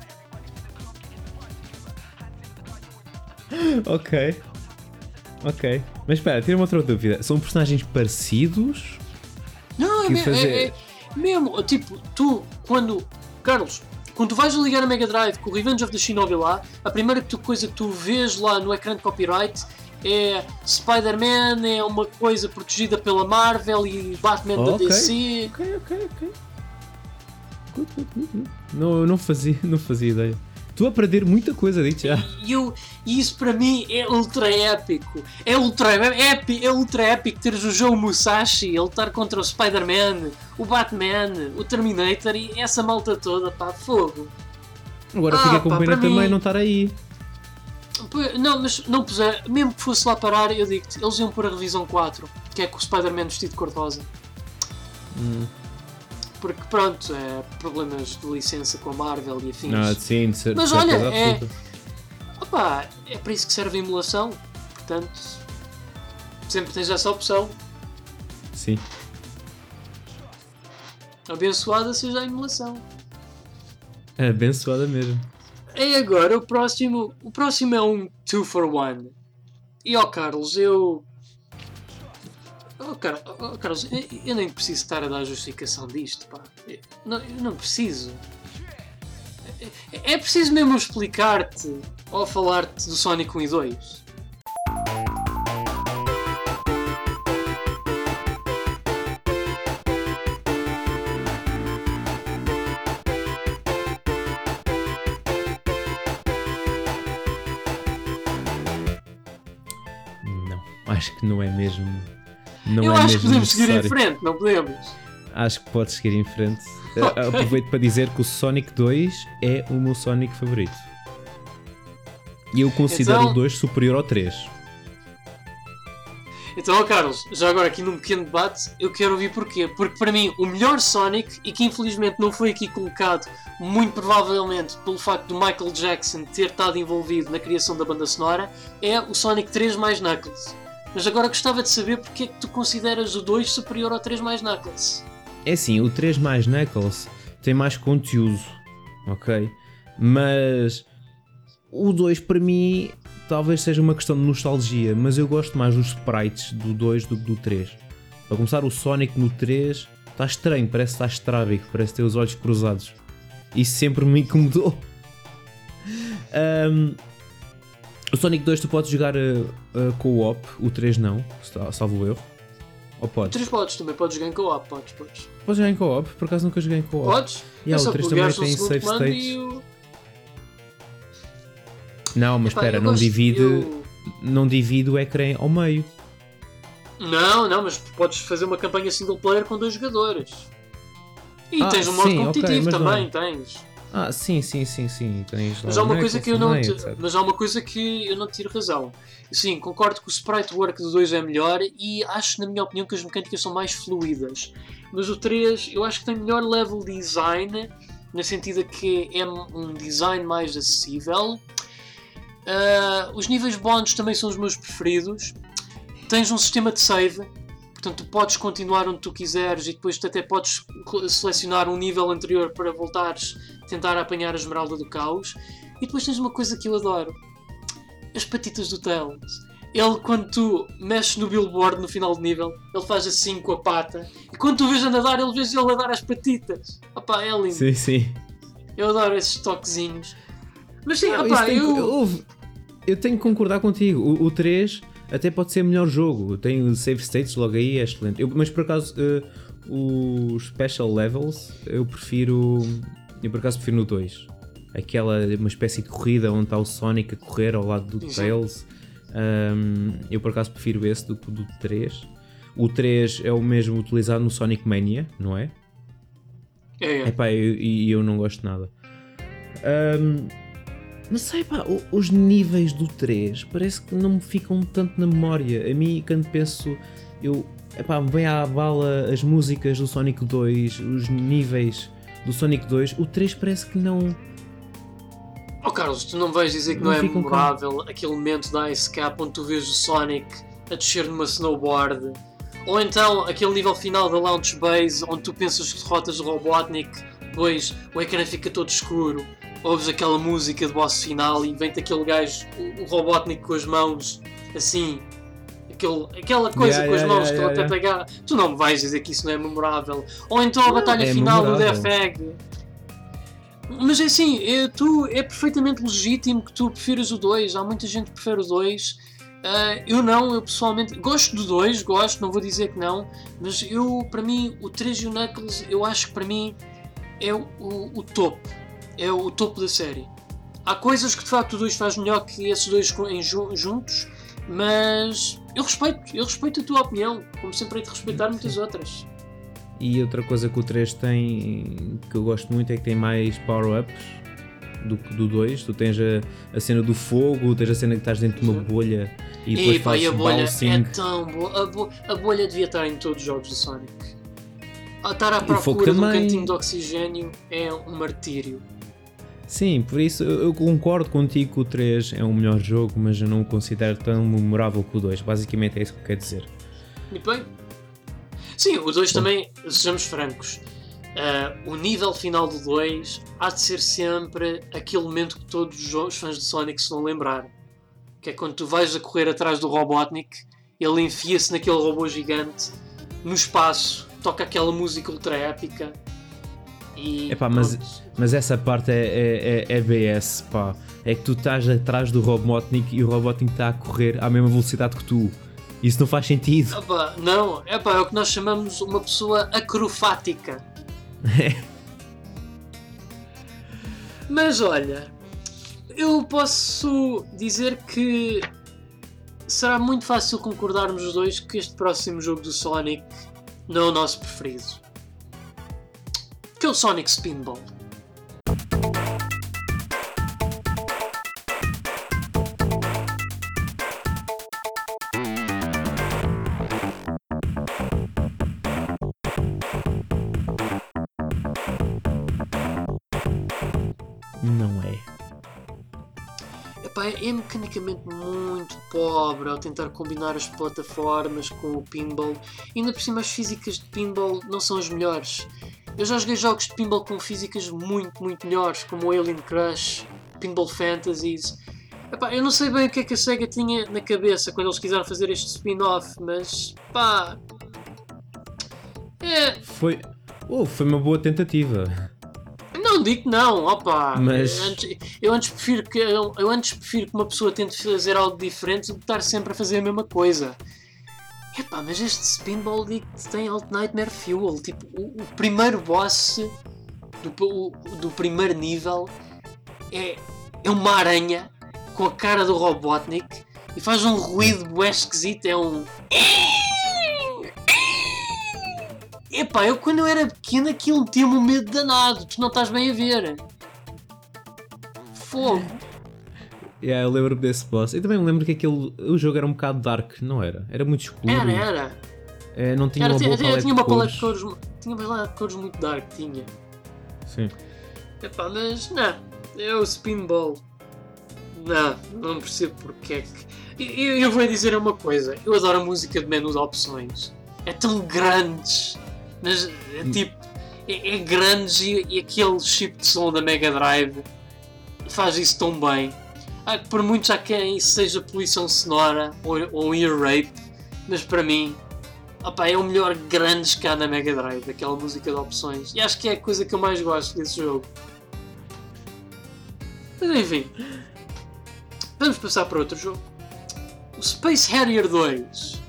Ok. Mas espera, tira uma outra dúvida. São personagens parecidos? Não, é mesmo. Tipo, Carlos, quando tu vais a ligar a Mega Drive com o Revenge of the Shinobi lá, a primeira coisa que tu vês lá no ecrã de copyright é Spider-Man, é uma coisa protegida pela Marvel e Batman da DC. Ok. Good. Não fazia ideia. Estou a perder muita coisa, digo já. E isso para mim é ultra épico. É ultra épico teres o Joe Musashi a lutar contra o Spider-Man, o Batman, o Terminator e essa malta toda, pá, fogo. Agora fica com pena também não estar aí. Não, mas não puser, mesmo que fosse lá parar, eu digo-te, eles iam pôr a revisão 4, que é com o Spider-Man vestido de cor-de-rosa. Porque pronto, problemas de licença com a Marvel e afins. Sim, de certeza. Mas olha, é para isso que serve a emulação. Portanto, sempre tens essa opção. Sim. Abençoada seja a emulação. É abençoada mesmo. E agora o próximo é um 2 for 1. E Carlos, Carlos, eu nem preciso estar a dar a justificação disto, pá. Eu não preciso. É preciso mesmo explicar-te ou falar-te do Sonic 1 e 2? Não, acho que não é mesmo. Não Eu é acho que mesmo podemos seguir em necessário. frente, não podemos? Acho que podes seguir em frente. Ok. Aproveito para dizer que o Sonic 2 é o meu Sonic favorito. E eu considero Então- o 2 superior ao 3. Então, Carlos, já agora aqui num pequeno debate, eu quero ouvir porquê. Porque para mim, o melhor Sonic, e que infelizmente não foi aqui colocado, muito provavelmente pelo facto do Michael Jackson ter estado envolvido na criação da banda sonora, é o Sonic 3 mais Knuckles. Mas agora gostava de saber porque é que tu consideras o 2 superior ao 3 mais Knuckles. É assim, o 3 mais Knuckles tem mais conteúdo, ok? Mas o 2 para mim talvez seja uma questão de nostalgia, mas eu gosto mais dos sprites do 2 do que do 3. Para começar, o Sonic no 3 está estranho, parece que está estrábico, parece ter os olhos cruzados. Isso sempre me incomodou. O Sonic 2 tu podes jogar co-op, o 3 não, salvo erro. Ou O podes? 3 podes, também podes jogar em co-op, podes. Podes jogar em co-op? Por acaso nunca joguei em co-op. Podes? E É o só 3 pegares também no tem segundo save comando states. e o... Não, mas Epá, espera, eu não gosto- divide, eu- não divide o ecrã ao meio. Não, mas podes fazer uma campanha single player com 2 jogadores. E tens um modo sim, ok, competitivo mas não também, é. tens. Sim. Tens lá Mas há o uma coisa que eu Knuckles não também, etc. mas há uma coisa que eu não tiro razão. Sim, concordo que o sprite work do 2 é melhor e acho, na minha opinião, que as mecânicas são mais fluídas. Mas o 3 eu acho que tem melhor level design, no sentido que é um design mais acessível. Os níveis bónus também são os meus preferidos. Tens um sistema de save, portanto tu podes continuar onde tu quiseres e depois tu até podes selecionar um nível anterior para voltares a tentar apanhar a esmeralda do caos. E depois tens uma coisa que eu adoro: as patitas do Tails. Ele, quando tu mexes no billboard no final de nível, ele faz assim com a pata. E quando tu vês a nadar, ele vês ele a dar as patitas. Opá, é lindo. Sim. Eu adoro esses toquezinhos. Mas sim, Não, opá, eu tenho que concordar contigo. O 3 até pode ser melhor jogo. Tem o save states logo aí, é excelente. Mas por acaso, os special levels, eu por acaso prefiro no 2. Aquela, uma espécie de corrida onde está o Sonic a correr ao lado do Sim. Tails. Eu por acaso prefiro esse do que o do 3. O 3 é o mesmo utilizado no Sonic Mania, não é? É. Epá, eu não gosto de nada. Não sei, pá, os níveis do 3 parece que não me ficam tanto na memória. A mim, quando penso, me vem à bala as músicas do Sonic 2, os níveis do Sonic 2. O 3 parece que não. Oh Carlos, tu não vais dizer que Não não é ficam memorável aquele momento da Ice Cap onde tu vês o Sonic a descer numa snowboard? Ou então aquele nível final da Launch Base onde tu pensas que derrotas o Robotnik, depois o ecrã fica todo escuro, ouves aquela música de boss final e vem-te aquele gajo, o Robotnik com as mãos assim, aquela coisa com as mãos que ele até te agarra. Tu não me vais dizer que isso não é memorável. Ou então a batalha é final do memorável. Death Egg. Mas é assim, é perfeitamente legítimo que tu prefiras o 2. Há muita gente que prefere o 2. Eu pessoalmente gosto do 2, não vou dizer que não, mas para mim, o 3 e o Knuckles, eu acho que para mim é o topo. É o topo da série. Há coisas que de facto o 2 faz melhor que esses dois juntos, mas eu respeito a tua opinião, como sempre hei de respeitar muitas outras. E outra coisa que o 3 tem, que eu gosto muito, é que tem mais power-ups do que do 2. Tu tens a cena do fogo, tens a cena que estás dentro de uma bolha e depois fazes a bolha bouncing. é tão boa. A bolha devia estar em todos os jogos do Sonic. Estar à O fogo procura de um também. cantinho de oxigênio é um martírio. Sim, por isso eu concordo contigo que o 3 é um melhor jogo, mas eu não o considero tão memorável que o 2. Basicamente é isso que eu quero dizer. Muito bem. Sim, o 2 também, sejamos francos, o nível final do 2 há de ser sempre aquele momento que todos os fãs de Sonic se vão lembrar. Que é quando tu vais a correr atrás do Robotnik, ele enfia-se naquele robô gigante, no espaço, toca aquela música ultra épica. E Epá, pronto. mas essa parte é BS, pá. É que tu estás atrás do Robotnik e o Robotnik está a correr à mesma velocidade que tu. Isso não faz sentido. Não, é o que nós chamamos uma pessoa acrofática. Mas olha, eu posso dizer que será muito fácil concordarmos os dois que este próximo jogo do Sonic não é o nosso preferido. Que é o Sonic Spinball. Não é. Epá, é mecanicamente muito pobre ao tentar combinar as plataformas com o pinball. E ainda por cima as físicas de pinball não são as melhores. Eu já joguei jogos de pinball com físicas muito, muito melhores, como o Alien Crush, Pinball Fantasies. Epá, eu não sei bem o que é que a SEGA tinha na cabeça quando eles quiseram fazer este spin-off, mas pá... Foi uma boa tentativa. Não digo que não, opa. Mas- Eu antes prefiro que uma pessoa tente fazer algo diferente do que estar sempre a fazer a mesma coisa. Epá, mas este Spinball digo que tem Alt Nightmare Fuel. Tipo, o primeiro boss do primeiro nível é uma aranha com a cara do Robotnik e faz um ruído bué esquisito. É um... Epá, eu quando eu era pequeno aquilo tinha-me um medo danado. Tu não estás bem a ver. Fogo. Eu lembro-me desse boss. Eu também me lembro que o jogo era um bocado dark, não era? Era muito escuro. Era. Não tinha uma boa paleta Tinha uma de paleta de cores. cores. Tinha uma paleta de cores muito dark, tinha. Sim. Epá, mas não. É o Spinball. Não percebo porque é que. Eu vou dizer uma coisa. Eu adoro a música de menu de opções. É tão grandes. Mas é tipo. É grandes e aquele chip de som da Mega Drive faz isso tão bem. Por muitos há quem seja poluição sonora ou ear rape, mas para mim opa, é o melhor grandes que há na Mega Drive, aquela música de opções. E acho que é a coisa que eu mais gosto desse jogo. Mas enfim, vamos passar para outro jogo. O Space Harrier 2.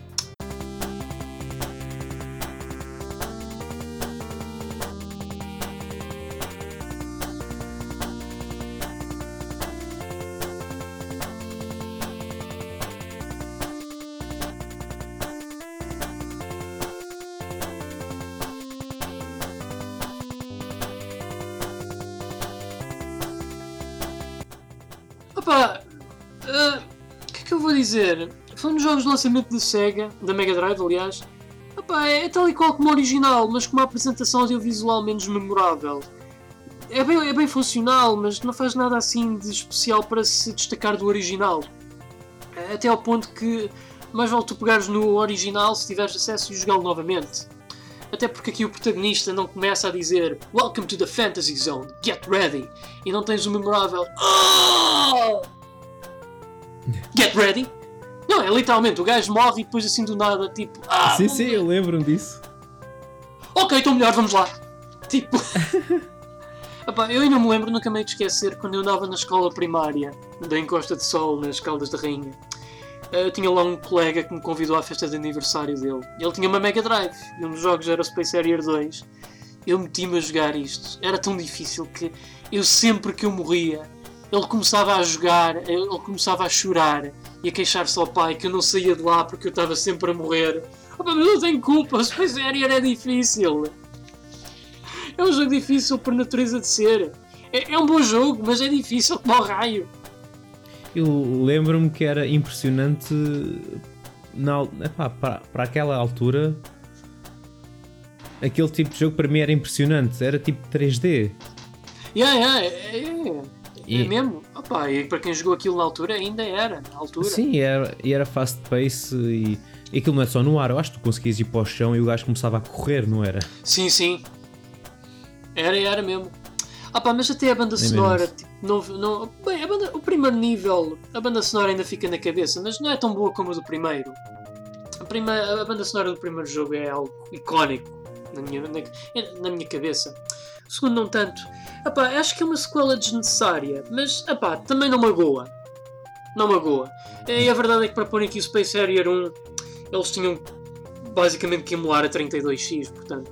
Opa, o que é que eu vou dizer? Foi um dos jogos de lançamento da SEGA, da Mega Drive aliás. Opa, é tal e qual como o original, mas com uma apresentação audiovisual menos memorável. É bem funcional, mas não faz nada assim de especial para se destacar do original. Até ao ponto que mais vale tu pegares no original se tiveres acesso e jogá-lo novamente. Até porque aqui o protagonista não começa a dizer Welcome to the Fantasy Zone, get ready! E não tens o memorável oh! Get ready? Não, é literalmente, o gajo morre e depois assim do nada, tipo Sim, eu lembro-me disso. Ok, então melhor, vamos lá. Tipo... Epá, eu ainda me lembro, nunca me hei de esquecer, quando eu andava na escola primária, da Encosta de Sol, nas Caldas da Rainha. Tinha lá um colega que me convidou à festa de aniversário dele. Ele tinha uma Mega Drive e um dos jogos era o Space Harrier 2. Eu meti-me a jogar isto. Era tão difícil que eu sempre que eu morria, ele começava a jogar, ele começava a chorar e a queixar-se ao pai que eu não saía de lá porque eu estava sempre a morrer. Oh, mas eu não tenho culpa, o Space Harrier é difícil. É um jogo difícil por natureza de ser. É um bom jogo, mas é difícil como ao raio. Eu lembro-me que era impressionante para aquela altura. Aquele tipo de jogo para mim era impressionante, era tipo 3D. É mesmo. Opa, e para quem jogou aquilo na altura, ainda era. Na altura. Sim, era fast pace e aquilo não é só no ar. Eu acho que tu conseguias ir para o chão e o gajo começava a correr, não era? Sim. Era mesmo. Mas até a banda sonora, tipo, bem, o primeiro nível, a banda sonora ainda fica na cabeça, mas não é tão boa como a do primeiro. A banda sonora do primeiro jogo é algo icónico. na minha cabeça. O segundo não tanto. Epá, acho que é uma sequela desnecessária, mas epá, também não magoa. Não magoa. E a verdade é que para porem aqui o Space Harrier 1, eles tinham basicamente que emular a 32X, portanto.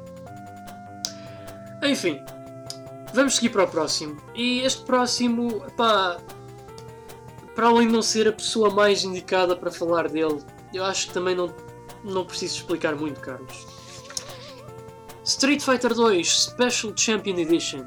Enfim, vamos seguir para o próximo. E este próximo, epá, para além de não ser a pessoa mais indicada para falar dele, eu acho que também não preciso explicar muito, Carlos. Street Fighter 2 Special Champion Edition.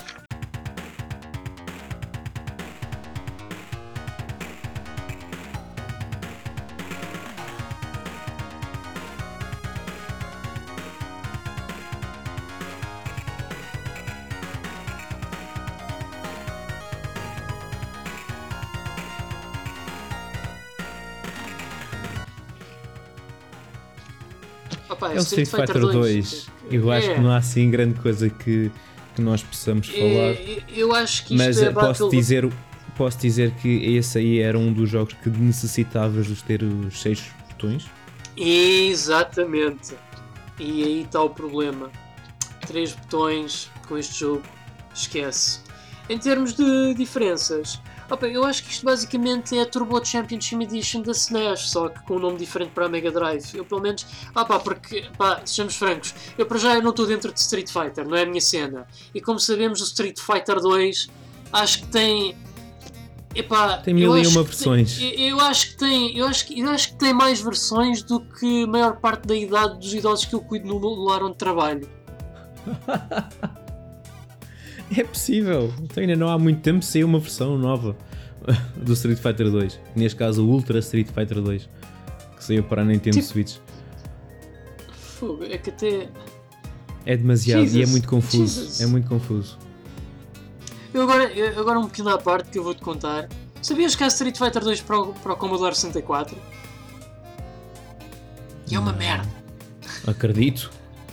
Opa, É o Street Fighter 2. Eu acho que não há assim grande coisa que nós possamos falar. Eu acho que isto mas é posso dizer que esse aí era um dos jogos que necessitavas de ter os 6 botões. Exatamente. E aí está o problema. 3 botões com este jogo, esquece. Em termos de diferenças, opa, eu acho que isto basicamente é a Turbo Championship Edition da SNES, só que com um nome diferente para a Mega Drive. Eu pelo menos, porque, sejamos francos, eu para já não estou dentro de Street Fighter, não é a minha cena. E como sabemos, o Street Fighter 2 acho que tem... tem 1001 versões. Eu acho que tem mais versões do que a maior parte da idade dos idosos que eu cuido no lar onde trabalho. É possível. Então ainda não há muito tempo saiu uma versão nova do Street Fighter 2. Neste caso o Ultra Street Fighter 2, que saiu para a Nintendo Switch. Fogo, é que até... É demasiado. Jesus, e é muito confuso. Jesus. É muito confuso. Agora um pequeno à parte que eu vou-te contar. Sabias que há Street Fighter 2 para o Commodore 64? E é uma merda. Acredito.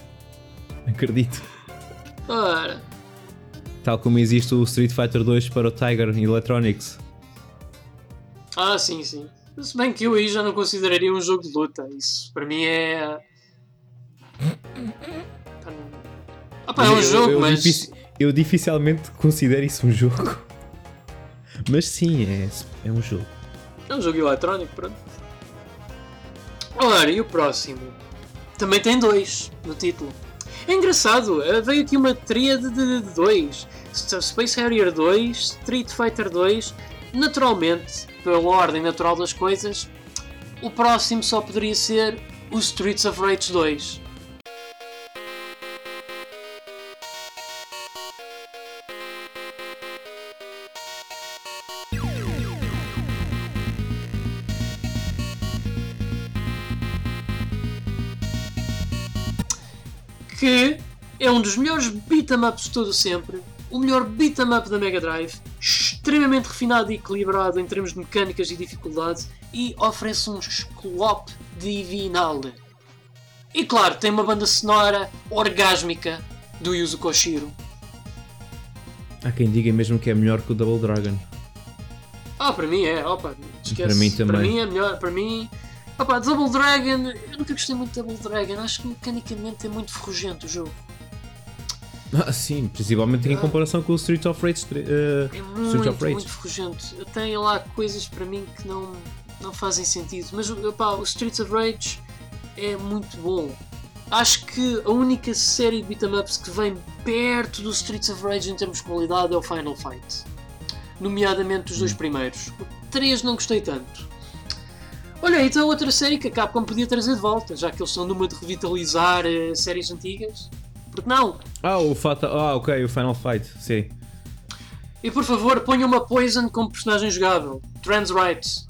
Ora... Tal como existe o Street Fighter 2 para o Tiger Electronics. Sim. Se bem que eu aí já não consideraria um jogo de luta. Isso para mim é... é um jogo, mas... Eu dificilmente considero isso um jogo. Mas sim, é um jogo. É um jogo eletrónico, pronto. Ora, e o próximo? Também tem 2 no título. É engraçado, veio aqui uma tríade de 2. Space Harrier 2, Street Fighter 2. Naturalmente, pela ordem natural das coisas, o próximo só poderia ser o Streets of Rage 2. Que é um dos melhores beat-em-ups de todo sempre, o melhor beat-em-up da Mega Drive, extremamente refinado e equilibrado em termos de mecânicas e dificuldade, e oferece um escalope divinal. E claro, tem uma banda sonora orgásmica do Yuzo Koshiro. Há quem diga mesmo que é melhor que o Double Dragon. Para mim é, esquece. Para mim também. Para mim é melhor, para mim... Double Dragon, eu nunca gostei muito de Double Dragon, acho que mecanicamente é muito ferrugento o jogo. Sim, principalmente em comparação com o Street of Rage. É muito ferrugento. Tem lá coisas para mim que não fazem sentido, mas o Streets of Rage é muito bom. Acho que a única série de beat-em-ups que vem perto do Streets of Rage em termos de qualidade é o Final Fight, nomeadamente os 2 primeiros. O 3 não gostei tanto. Olha, então outra série que a Capcom podia trazer de volta, já que eles estão numa de revitalizar séries antigas. Porque não? Ok, o Final Fight, sim. E por favor, ponham uma Poison como personagem jogável. Trans Rights.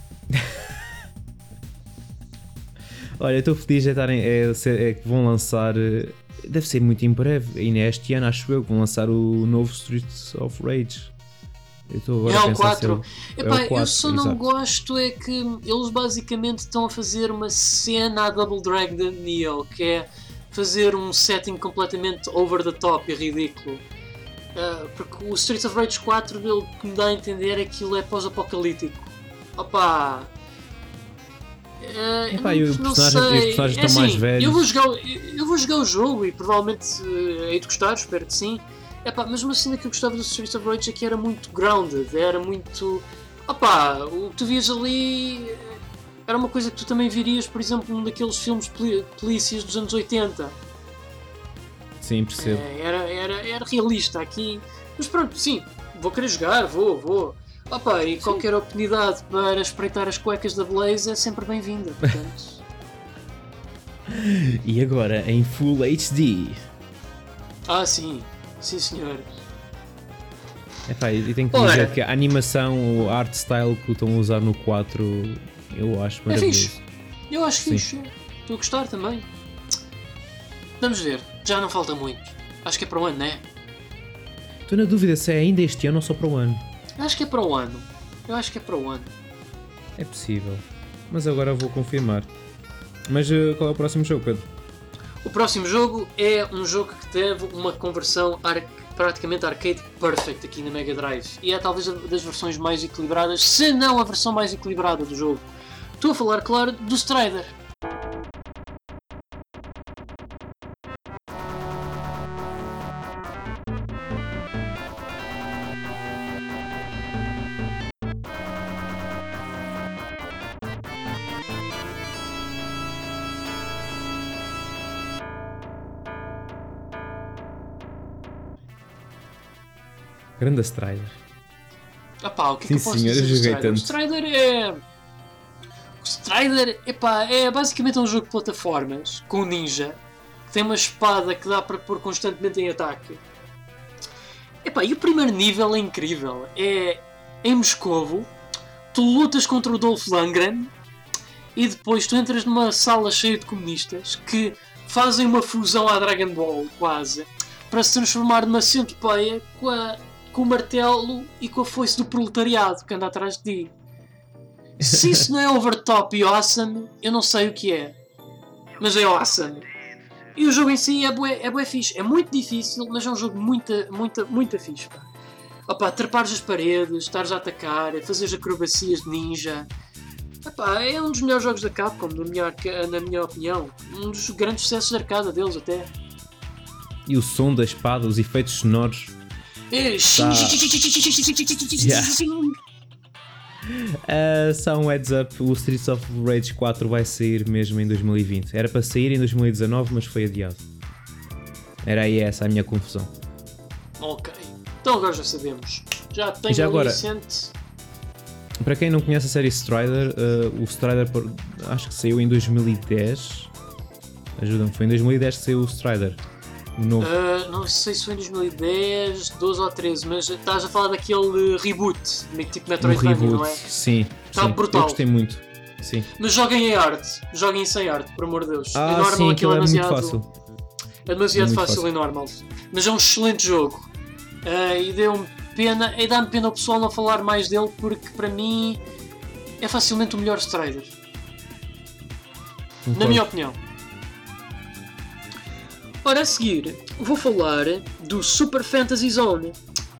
Olha, estou feliz de estarem que vão lançar, deve ser muito em breve, ainda este ano acho eu, que vão lançar o novo Streets of Rage. Eu estou agora a pensar 4. É o 4, eu só não exato. gosto é que eles basicamente estão a fazer uma cena à Double Dragon de Neo, que é fazer um setting completamente over the top e ridículo. Porque o Streets of Rage 4, pelo que me dá a entender, aquilo é pós-apocalíptico. Epá, e os não personagens sei. estão mais velhos. Eu vou jogar o jogo e provavelmente hei de gostar, espero que sim. Epá, mas uma cena que eu gostava do Streets of Rage é que era muito grounded, era muito... Opá, o que tu vias ali era uma coisa que tu também virias, por exemplo, num daqueles filmes polícias dos anos 80. Sim, percebo. Era realista aqui. Mas pronto, sim, vou querer jogar, vou. Opa, e qualquer oportunidade para espreitar as cuecas da Blaze é sempre bem-vinda, portanto. E agora em Full HD. Ah, sim senhor. Epá, e tenho que dizer que a animação, o art style que estão a usar no 4, eu acho maravilhoso. Fixe. Eu acho fixe. Estou a gostar também. Vamos ver, já não falta muito. Acho que é para o ano, não é? Estou na dúvida se é ainda este ano ou só para o ano. Acho que é para o ano. Eu acho que é para o ano. É possível. Mas agora vou confirmar. Mas qual é o próximo jogo, Pedro? O próximo jogo é um jogo que teve uma conversão praticamente arcade perfect aqui na Mega Drive. E é talvez das versões mais equilibradas, se não a versão mais equilibrada do jogo. Estou a falar, claro, do Strider. Grande Strider. O que é que eu posso senhor, dizer eu do joguei Strider? tanto. O Strider é... O Strider, é basicamente um jogo de plataformas com ninja, que tem uma espada que dá para pôr constantemente em ataque. E o primeiro nível é incrível. É em Moscovo, tu lutas contra o Dolph Lundgren e depois tu entras numa sala cheia de comunistas que fazem uma fusão à Dragon Ball, quase, para se transformar numa centopeia com o martelo e com a foice do proletariado que anda atrás de ti. Se isso não é over top e awesome, eu não sei o que é. Mas é awesome. E o jogo em si é bué fixe. É muito difícil, mas é um jogo muito fixe. Trepares as paredes, estares a atacar, fazeres acrobacias de ninja. É um dos melhores jogos da Capcom, na minha opinião. Um dos grandes sucessos de arcada deles até. E o som da espada, os efeitos sonoros. Só um heads up, o Streets of Rage 4 vai sair mesmo em 2020. Era para sair em 2019, mas foi adiado. Era aí essa a minha confusão. Ok, então agora já sabemos. Já tenho já agora, recente. Para quem não conhece a série Strider, o Strider acho que saiu em 2010. Ajuda-me, foi em 2010 que saiu o Strider. Novo. Não sei se foi em 2010, 12 ou 13, mas estás a falar daquele reboot, tipo Metroidvania, não é? Sim, está brutal. Eu gostei muito. Sim. Mas joguem em arte, joguem sem arte, por amor de Deus. Em normal, sim, aquilo é demasiado, muito fácil. É demasiado fácil em normal. Mas é um excelente jogo. E deu-me pena, e dá-me pena o pessoal não falar mais dele, porque para mim é facilmente o melhor Strider. Na minha opinião. Ora, a seguir, vou falar do Super Fantasy Zone.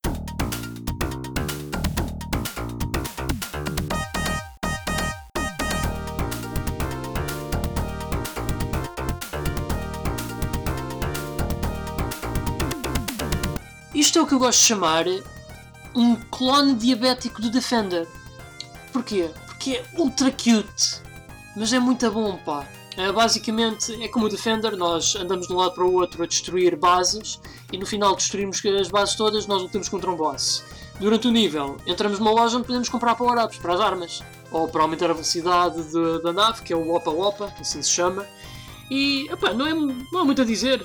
Isto é o que eu gosto de chamar um clone diabético do Defender. Porquê? Porque é ultra cute, mas é muito bom, pá. Basicamente é como o Defender, nós andamos de um lado para o outro a destruir bases e no final destruímos as bases todas, nós lutamos contra um boss. Durante o nível entramos numa loja onde podemos comprar power-ups para as armas ou para aumentar a velocidade da nave, que é o Opa Opa, assim se chama. E não há muito a dizer.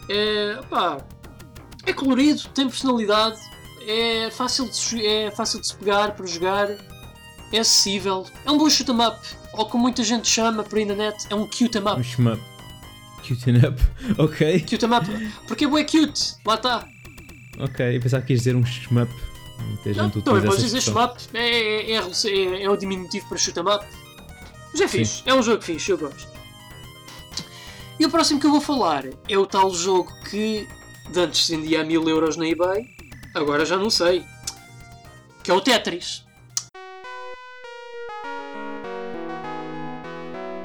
É colorido, tem personalidade, é fácil de se pegar para jogar, é acessível, é um bom shoot 'em up. Ou como muita gente chama por aí na net, é um cute 'em up. Um shmup. Cute 'em up, ok. Cute 'em up, porque é bué cute, lá está. Ok, eu pensava que ias dizer um shmup. Não, podes dizer shmup, é o diminutivo para shoot 'em up. Mas é fixe, é um jogo fixe, eu gosto. E o próximo que eu vou falar é o tal jogo que de antes se vendia a 1000€ na eBay, agora já não sei. Que é o Tetris. Tetris. Isto é o que eu gosto de chamar um clone diabético do Defender. Porquê? Porque é ultra cute, mas é muito bom, pá. Basicamente é como o Defender, nós andamos de um lado para o outro a destruir bases e no final destruímos as bases todas, nós lutamos contra um boss. Durante o nível entramos numa loja onde podemos comprar power-ups para as armas ou para aumentar a velocidade da nave, que é o Opa Opa, assim se chama. E é fácil de se pegar para jogar, é acessível, é um bom shoot 'em up. É colorido, tem personalidade, é fácil de se pegar para jogar.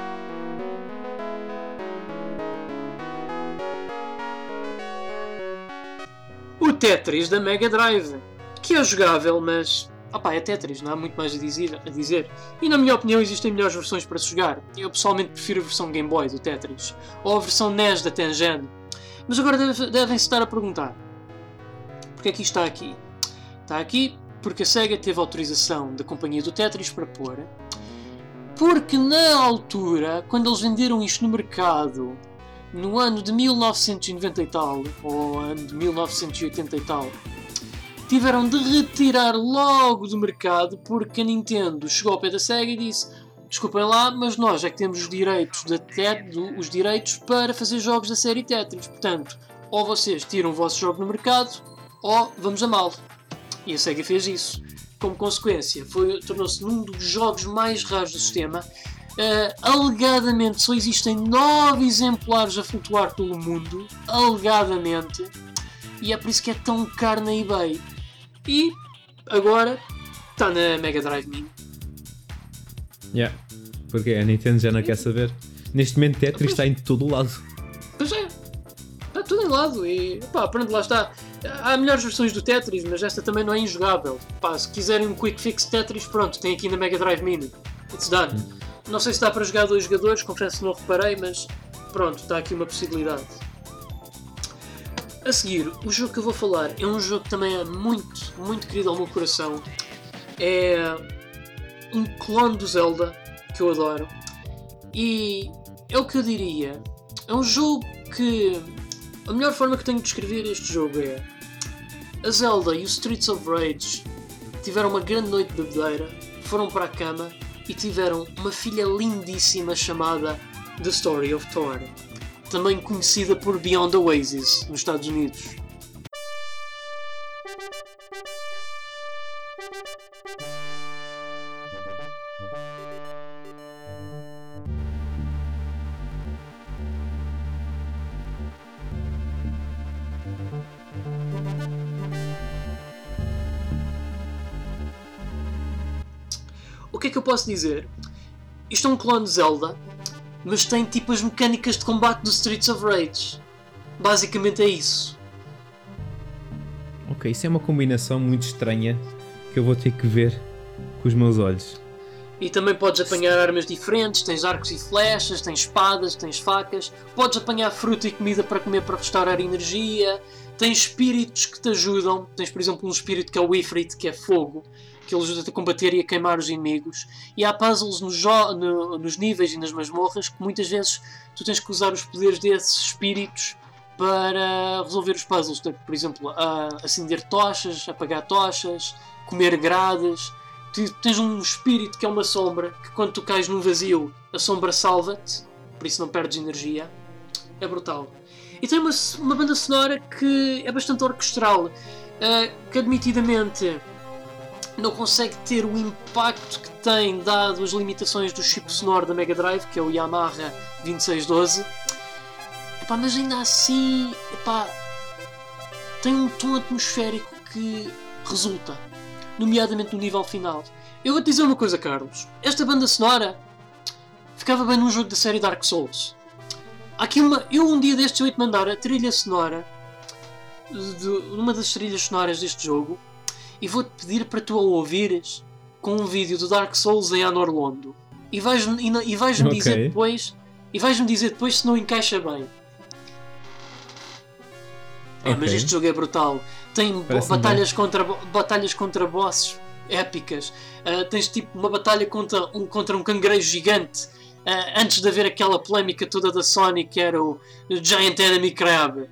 Tetris da Mega Drive, que é jogável, mas é Tetris, não há muito mais a dizer. E na minha opinião existem melhores versões para se jogar. Eu pessoalmente prefiro a versão Game Boy do Tetris, ou a versão NES da Tengen. Mas agora devem-se estar a perguntar, porque é que isto está aqui? Está aqui porque a Sega teve autorização da companhia do Tetris para pôr, porque na altura, quando eles venderam isto no mercado, no ano de 1990 e tal, ou ano de 1980 e tal, tiveram de retirar logo do mercado porque a Nintendo chegou ao pé da Sega e disse: desculpem lá, mas nós é que temos os direitos, os direitos para fazer jogos da série Tetris. Portanto, ou vocês tiram o vosso jogo no mercado, ou vamos a mal. E a Sega fez isso. Como consequência, tornou-se um dos jogos mais raros do sistema. Alegadamente só existem 9 exemplares a flutuar pelo mundo. Alegadamente. E é por isso que é tão caro na eBay. E agora está na Mega Drive Mini. Yeah, porque a Nintendo já não quer saber. Neste momento Tetris está em todo o lado. Pois é, está tudo em lado. E pronto, lá está. Há melhores versões do Tetris, mas esta também não é injogável. Se quiserem um quick fix Tetris, pronto, tem aqui na Mega Drive Mini. It's done. Não sei se dá para jogar 2 jogadores, confesso que não reparei, mas pronto, está aqui uma possibilidade. A seguir, o jogo que eu vou falar é um jogo que também é muito, muito querido ao meu coração. É um clone do Zelda, que eu adoro. E é o que eu diria. É um jogo que... A melhor forma que tenho de descrever este jogo é... A Zelda e o Streets of Rage tiveram uma grande noite de bebedeira, foram para a cama e tiveram uma filha lindíssima chamada The Story of Thor, também conhecida por Beyond Oasis, nos Estados Unidos. O que é que eu posso dizer? Isto é um clone de Zelda, mas tem tipo as mecânicas de combate do Streets of Rage. Basicamente é isso. Ok, isso é uma combinação muito estranha que eu vou ter que ver com os meus olhos. E também podes apanhar armas diferentes, tens arcos e flechas, tens espadas, tens facas, podes apanhar fruta e comida para comer para restaurar energia, tens espíritos que te ajudam, tens por exemplo um espírito que é o Ifrit, que é fogo, que ele ajuda-te a combater e a queimar os inimigos, e há puzzles nos níveis e nas masmorras que muitas vezes tu tens que usar os poderes desses espíritos para resolver os puzzles, por exemplo, acender tochas, apagar tochas, comer grades. Tens um espírito que é uma sombra, que quando tu cais num vazio, a sombra salva-te, por isso não perdes energia. É brutal. E tem uma banda sonora que é bastante orquestral, que admitidamente não consegue ter o impacto que tem dado as limitações do chip sonoro da Mega Drive, que é o Yamaha 2612. Mas ainda assim, tem um tom atmosférico que resulta, nomeadamente no nível final. Eu vou-te dizer uma coisa, Carlos. Esta banda sonora ficava bem num jogo da série Dark Souls. Eu um dia destes ia-te mandar a trilha sonora uma das trilhas sonoras deste jogo e vou-te pedir para tu a ouvires com um vídeo do Dark Souls em Anor Londo. E vais-me dizer depois se não encaixa bem. Mas este jogo é brutal. Tem batalhas contra bosses épicas. Tens tipo uma batalha contra um cangrejo gigante. Antes de haver aquela polémica toda da Sony que era o Giant Enemy Crab.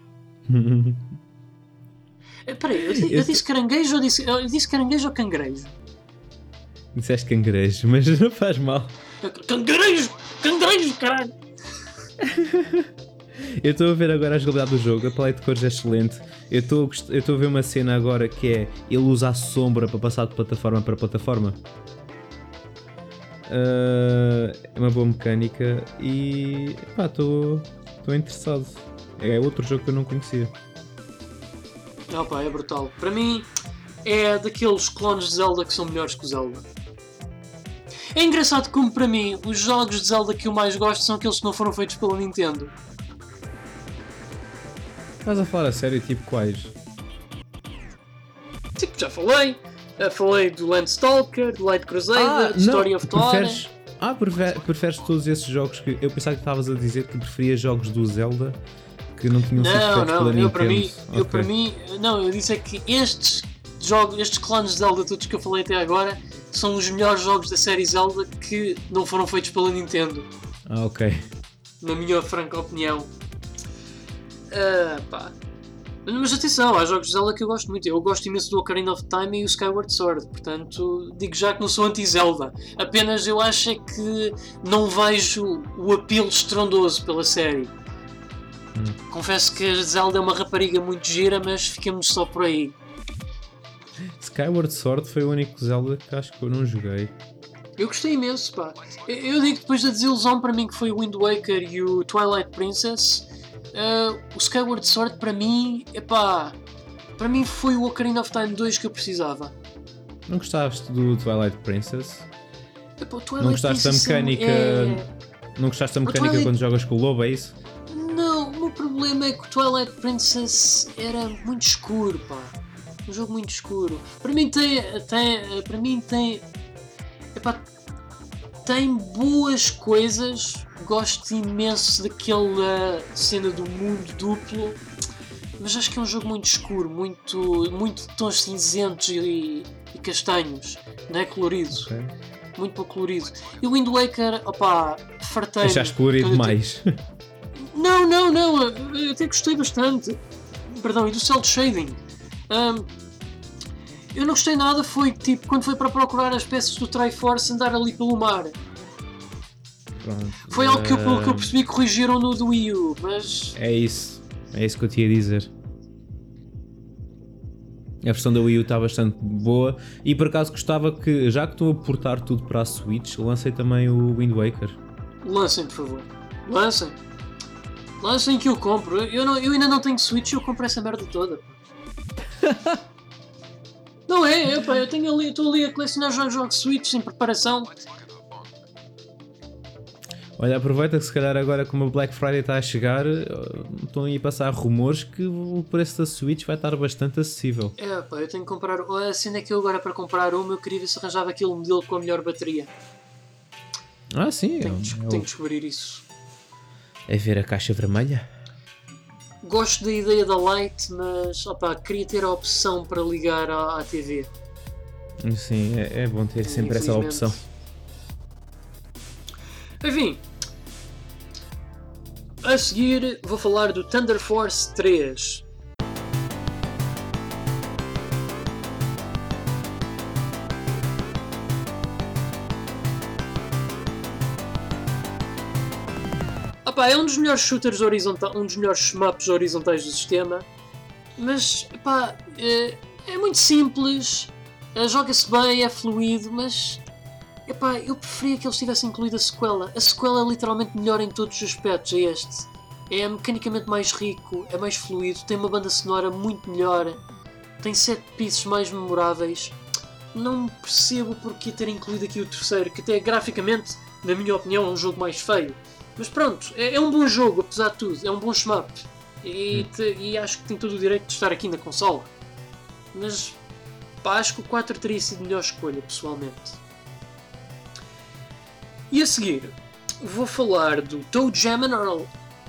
Peraí, eu disse caranguejo ou eu disse caranguejo ou cangrejo? Disseste cangrejo, mas não faz mal. Cangrejo, caralho! Eu estou a ver agora a jogabilidade do jogo, a paleta de cores é excelente. Eu estou a ver uma cena agora que é ele usa a sombra para passar de plataforma para plataforma. É uma boa mecânica e estou interessado. É outro jogo que eu não conhecia. É brutal. Para mim é daqueles clones de Zelda que são melhores que o Zelda. É engraçado como para mim os jogos de Zelda que eu mais gosto são aqueles que não foram feitos pela Nintendo. Estás a falar a sério, tipo quais? já falei. Falei do Landstalker, do Light Crusader, do Story of Thor. Preferes todos esses jogos que... Eu pensava que estavas a dizer que preferias jogos do Zelda que não tinham sido feitos pela Nintendo. Eu disse é que estes clones de Zelda todos que eu falei até agora são os melhores jogos da série Zelda que não foram feitos pela Nintendo. Ok. Na minha franca opinião. Mas atenção, há jogos de Zelda que eu gosto muito. Eu gosto imenso do Ocarina of Time e o Skyward Sword. Portanto, digo já que não sou anti-Zelda. Apenas eu acho é que não vejo o apelo estrondoso pela série. Confesso que a Zelda é uma rapariga muito gira, mas ficamos só por aí. Skyward Sword foi o único Zelda que acho que eu não joguei. Eu gostei imenso, pá. Eu digo que depois da desilusão para mim que foi o Wind Waker e o Twilight Princess, o Skyward Sword para mim, para mim foi o Ocarina of Time 2 que eu precisava. Não gostaste do Twilight Princess? Twilight não gostaste Princess da mecânica? Não gostaste da mecânica quando jogas com o lobo, é isso? Não, o meu problema é que o Twilight Princess era muito escuro, pá. Um jogo muito escuro. Para mim tem boas coisas. Gosto imenso daquela cena do mundo duplo, mas acho que é um jogo muito escuro, muito de tons cinzentos e castanhos, não é colorido. Okay. Muito pouco colorido. E o Wind Waker, fartei-me. Achaste colorido demais? Não, eu até gostei bastante. Perdão, e do cel shading. Eu não gostei nada, foi tipo quando foi para procurar as peças do Triforce andar ali pelo mar. Pronto. Foi algo que eu percebi que corrigiram no do Wii U, mas... É isso que eu te ia dizer. A versão da Wii U está bastante boa e por acaso gostava que, já que estou a portar tudo para a Switch, lancei também o Wind Waker. Lancem, por favor. Lancem que eu compro. Eu ainda não tenho Switch e eu compro essa merda toda. Não é, eu estou ali a colecionar jogos Switch em preparação. Olha, aproveita que se calhar agora como a Black Friday está a chegar, estão aí a passar rumores que o preço da Switch vai estar bastante acessível. Eu tenho que comprar. A cena é que eu agora para comprar uma, eu queria ver se arranjava aquele modelo com a melhor bateria. Sim. Tenho que descobrir isso. É ver a caixa vermelha? Gosto da ideia da Lite, mas queria ter a opção para ligar à TV. Sim, é bom ter sempre essa opção. Enfim, a seguir vou falar do Thunder Force 3. É um dos melhores shooters horizontais, um dos melhores maps horizontais do sistema, mas é muito simples, joga-se bem, é fluido, mas eu preferia que eles tivessem incluído a sequela. A sequela é literalmente melhor em todos os aspectos a este. É mecanicamente mais rico, é mais fluido, tem uma banda sonora muito melhor, tem set pieces mais memoráveis. Não percebo porque ter incluído aqui o terceiro, que até graficamente, na minha opinião, é um jogo mais feio. Mas pronto, é um bom jogo, apesar de tudo, é um bom shmup. E acho que tem todo o direito de estar aqui na consola. Mas acho que o 4 teria sido a melhor escolha, pessoalmente. E a seguir, vou falar do ToeJam and Earl.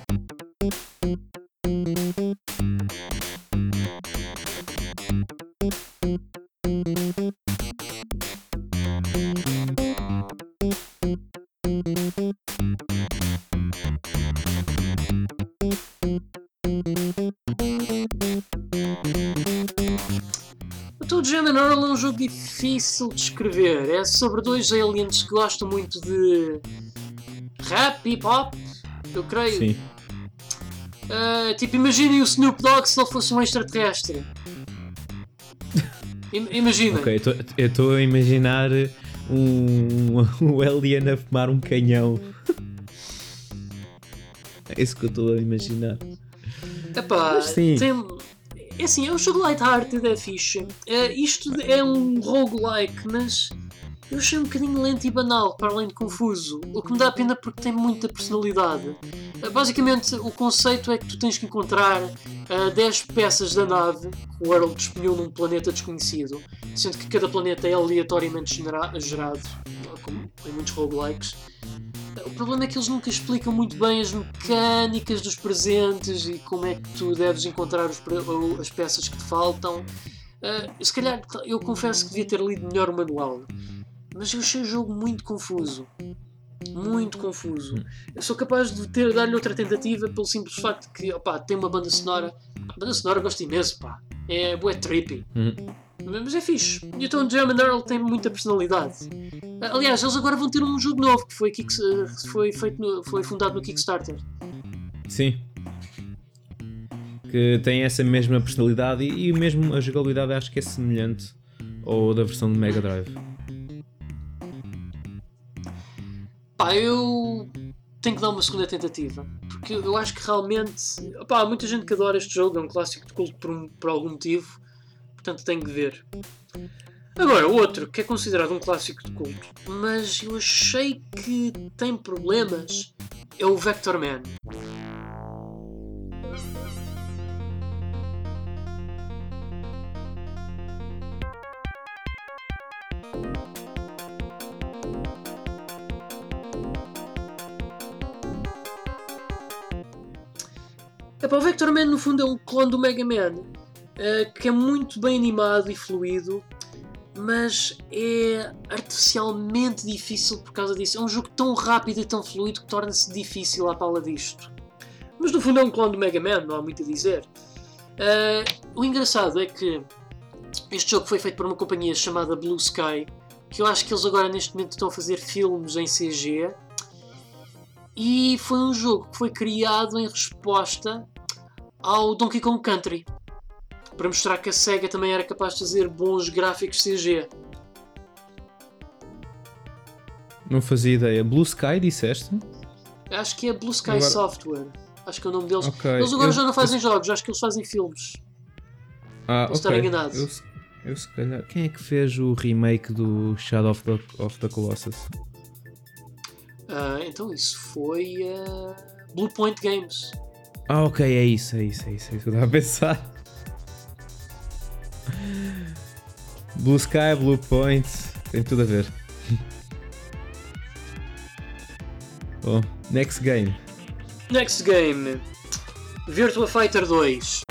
O ToeJam and Earl é um jogo difícil de escrever. É sobre dois aliens que gostam muito de rap, hip hop, eu creio. Sim. Imaginem o Snoop Dogg se ele fosse um extraterrestre. Imaginem. Ok, eu estou a imaginar um alien a fumar um canhão. É isso que eu estou a imaginar. Sim. É um jogo light-hearted, é fixe. Isto é um roguelike, mas eu achei um bocadinho lento e banal, para além de confuso. O que me dá pena porque tem muita personalidade. Basicamente, o conceito é que tu tens que encontrar 10 peças da nave que o World despediu num planeta desconhecido, sendo que cada planeta é aleatoriamente gerado, como em muitos roguelikes. O problema é que eles nunca explicam muito bem as mecânicas dos presentes e como é que tu deves encontrar as peças que te faltam. Se calhar, eu confesso que devia ter lido melhor o manual, mas eu achei o jogo muito confuso. Muito confuso. Eu sou capaz de dar-lhe outra tentativa pelo simples facto de que tem uma banda sonora. A banda sonora eu gosto imenso, pá. É bué trippy. Mas é fixe. E então Jam and Earl tem muita personalidade. Aliás, eles agora vão ter um jogo novo que foi fundado no Kickstarter. Sim. Que tem essa mesma personalidade e mesmo a jogabilidade acho que é semelhante ao da versão de Mega Drive. Eu tenho que dar uma segunda tentativa, porque eu acho que realmente há muita gente que adora este jogo, é um clássico de culto por algum motivo, portanto tenho que ver. Agora, outro que é considerado um clássico de culto, mas eu achei que tem problemas, é o Vector Man. O Vector Man no fundo é um clone do Mega Man, que é muito bem animado e fluido, mas é artificialmente difícil por causa disso. É um jogo tão rápido e tão fluido que torna-se difícil à pala disto. Mas no fundo é um clone do Mega Man, não há muito a dizer. O engraçado é que este jogo foi feito por uma companhia chamada Blue Sky, que eu acho que eles agora neste momento estão a fazer filmes em CG, e foi um jogo que foi criado em resposta ao Donkey Kong Country, para mostrar que a SEGA também era capaz de fazer bons gráficos CG. Não fazia ideia. Blue Sky, disseste? Acho que é Blue Sky agora... Software. Acho que é o nome deles. Okay. Eles agora já não fazem jogos, acho que eles fazem filmes. Posso estar enganado. Eu se calhar... Quem é que fez o remake do Shadow of the Colossus? Então isso foi Blue Point Games. Ok, é isso que eu estava a pensar. Blue Sky, Blue Point, tem tudo a ver. Bom, next game. Virtua Fighter 2.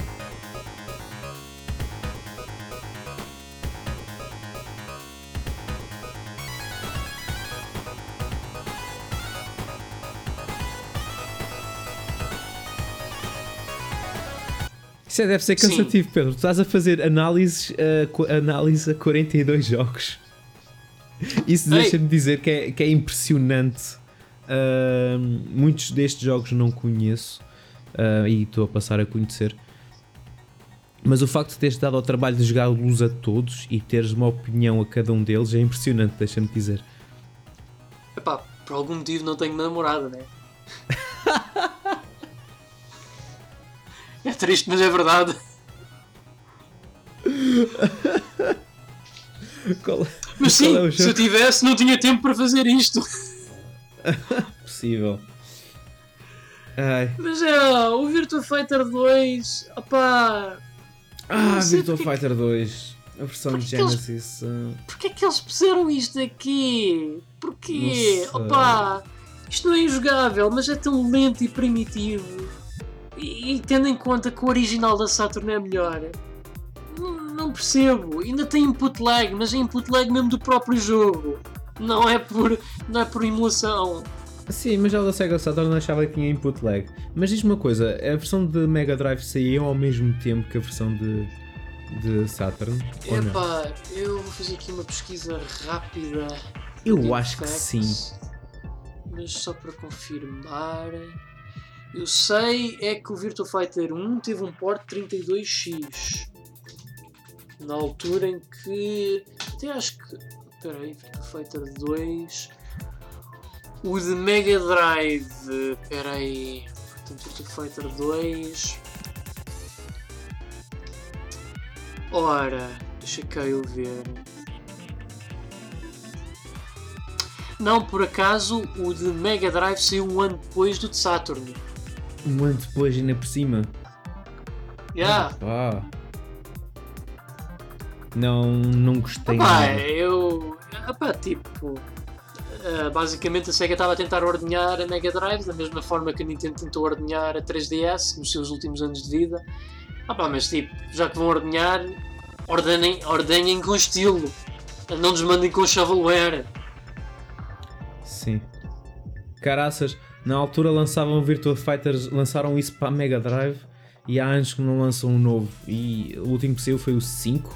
Isso deve ser cansativo, sim. Pedro. Tu estás a fazer análise a 42 jogos. Isso deixa-me dizer que é impressionante. Muitos destes jogos não conheço e estou a passar a conhecer. Mas o facto de teres dado ao trabalho de jogá-los a todos e teres uma opinião a cada um deles é impressionante, deixa-me dizer. Por algum motivo não tenho namorada, né? É triste, mas é verdade. Mas sim, se eu tivesse, não tinha tempo para fazer isto. Possível. Mas o Virtua Fighter 2. Virtua Fighter 2. A versão de Genesis. Porquê é que eles puseram isto aqui? Porquê? Isto não é injogável, mas é tão lento e primitivo. E tendo em conta que o original da Saturn é melhor, não percebo. Ainda tem input lag, mas é input lag mesmo do próprio jogo. Não é por emulação. Sim, mas já da Sega Saturn achava que tinha input lag. Mas diz-me uma coisa, a versão de Mega Drive saiu ao mesmo tempo que a versão de Saturn? Eu vou fazer aqui uma pesquisa rápida. Eu acho que sim. Mas só para confirmar... Eu sei é que o Virtua Fighter 1 teve um port 32X. Na altura em que... Até acho que... Espera aí, Virtua Fighter 2... O de Mega Drive... Espera aí... Portanto, Virtua Fighter 2... Ora... Deixa cá eu ver... Não, por acaso, o de Mega Drive saiu um ano depois do de Saturn. Um ano depois, ainda por cima. Yeah. Pá. Não gostei Pá, nada. eu. Epá, tipo. Basicamente a Sega estava a tentar ordenhar a Mega Drive da mesma forma que a Nintendo tentou ordenhar a 3DS nos seus últimos anos de vida. Mas tipo, já que vão ordenhar, ordenhem com estilo. Não desmandem com shovelware. Sim. Caraças, na altura lançavam Virtua Fighters, lançaram isso para a Mega Drive e há anos que não lançam um novo. E o último que saiu foi o 5.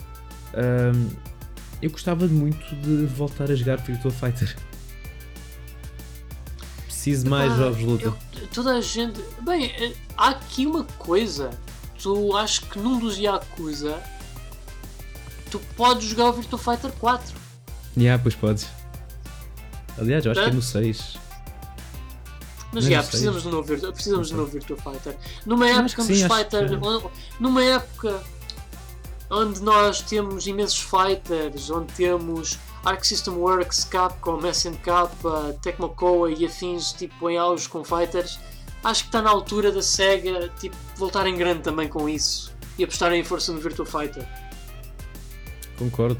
Eu gostava muito de voltar a jogar Virtua Fighter. Preciso de mais jogos de luta. Toda a gente. Bem, há aqui uma coisa. Tu acho que num dos Yakuza tu podes jogar o Virtua Fighter 4. Pois podes. Aliás, eu acho que é no 6. Mas precisamos de um novo Virtua Fighter. Numa época dos Fighter. Numa época onde nós temos imensos fighters, onde temos Arc System Works, Capcom, SNK, Tecmo Koei e afins tipo em auge com fighters, acho que está na altura da Sega tipo, voltar em grande também com isso e apostarem em força no Virtua Fighter. Concordo.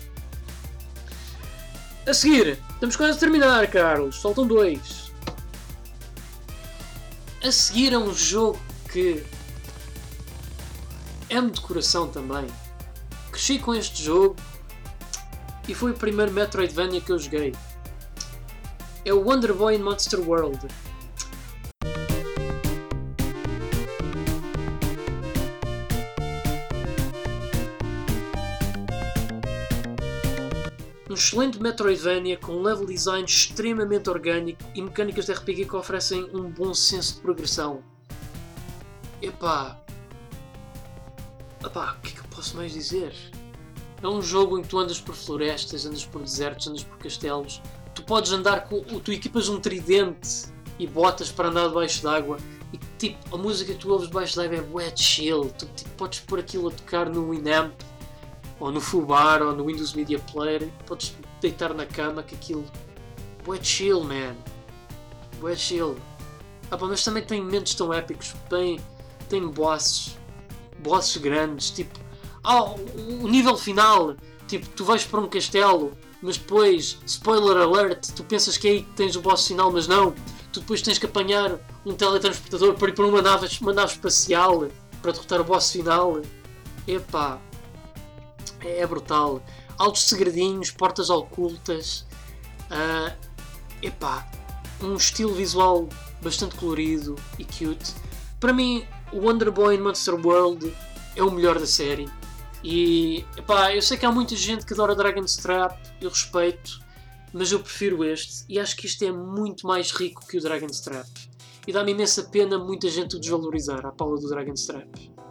A seguir, estamos quase a terminar, Carlos, faltam 2. A seguir é um jogo que é-me de coração também. Cresci com este jogo e foi o primeiro Metroidvania que eu joguei. É o Wonder Boy in Monster World. Um excelente Metroidvania com level design extremamente orgânico e mecânicas de RPG que oferecem um bom senso de progressão. O que é que eu posso mais dizer? É um jogo em que tu andas por florestas, andas por desertos, andas por castelos. Tu equipas um tridente e botas para andar debaixo d'água e tipo, a música que tu ouves debaixo d'água é bué chill. Tu tipo, podes pôr aquilo a tocar no Winamp ou no Fubar ou no Windows Media Player, podes deitar na cama que aquilo bué chill, man. Bué chill. Mas também tem momentos tão épicos, tem bosses grandes, tipo, o nível final, tipo, tu vais para um castelo, mas depois, spoiler alert, tu pensas que é aí que tens o boss final, mas não, tu depois tens que apanhar um teletransportador para ir para uma nave espacial para derrotar o boss final. É brutal. Altos segredinhos, portas ocultas, um estilo visual bastante colorido e cute. Para mim, o Wonder Boy in Monster World é o melhor da série. E eu sei que há muita gente que adora Dragon's Trap, eu respeito, mas eu prefiro este e acho que este é muito mais rico que o Dragon's Trap. E dá-me imensa pena muita gente o desvalorizar à pala do Dragon's Trap.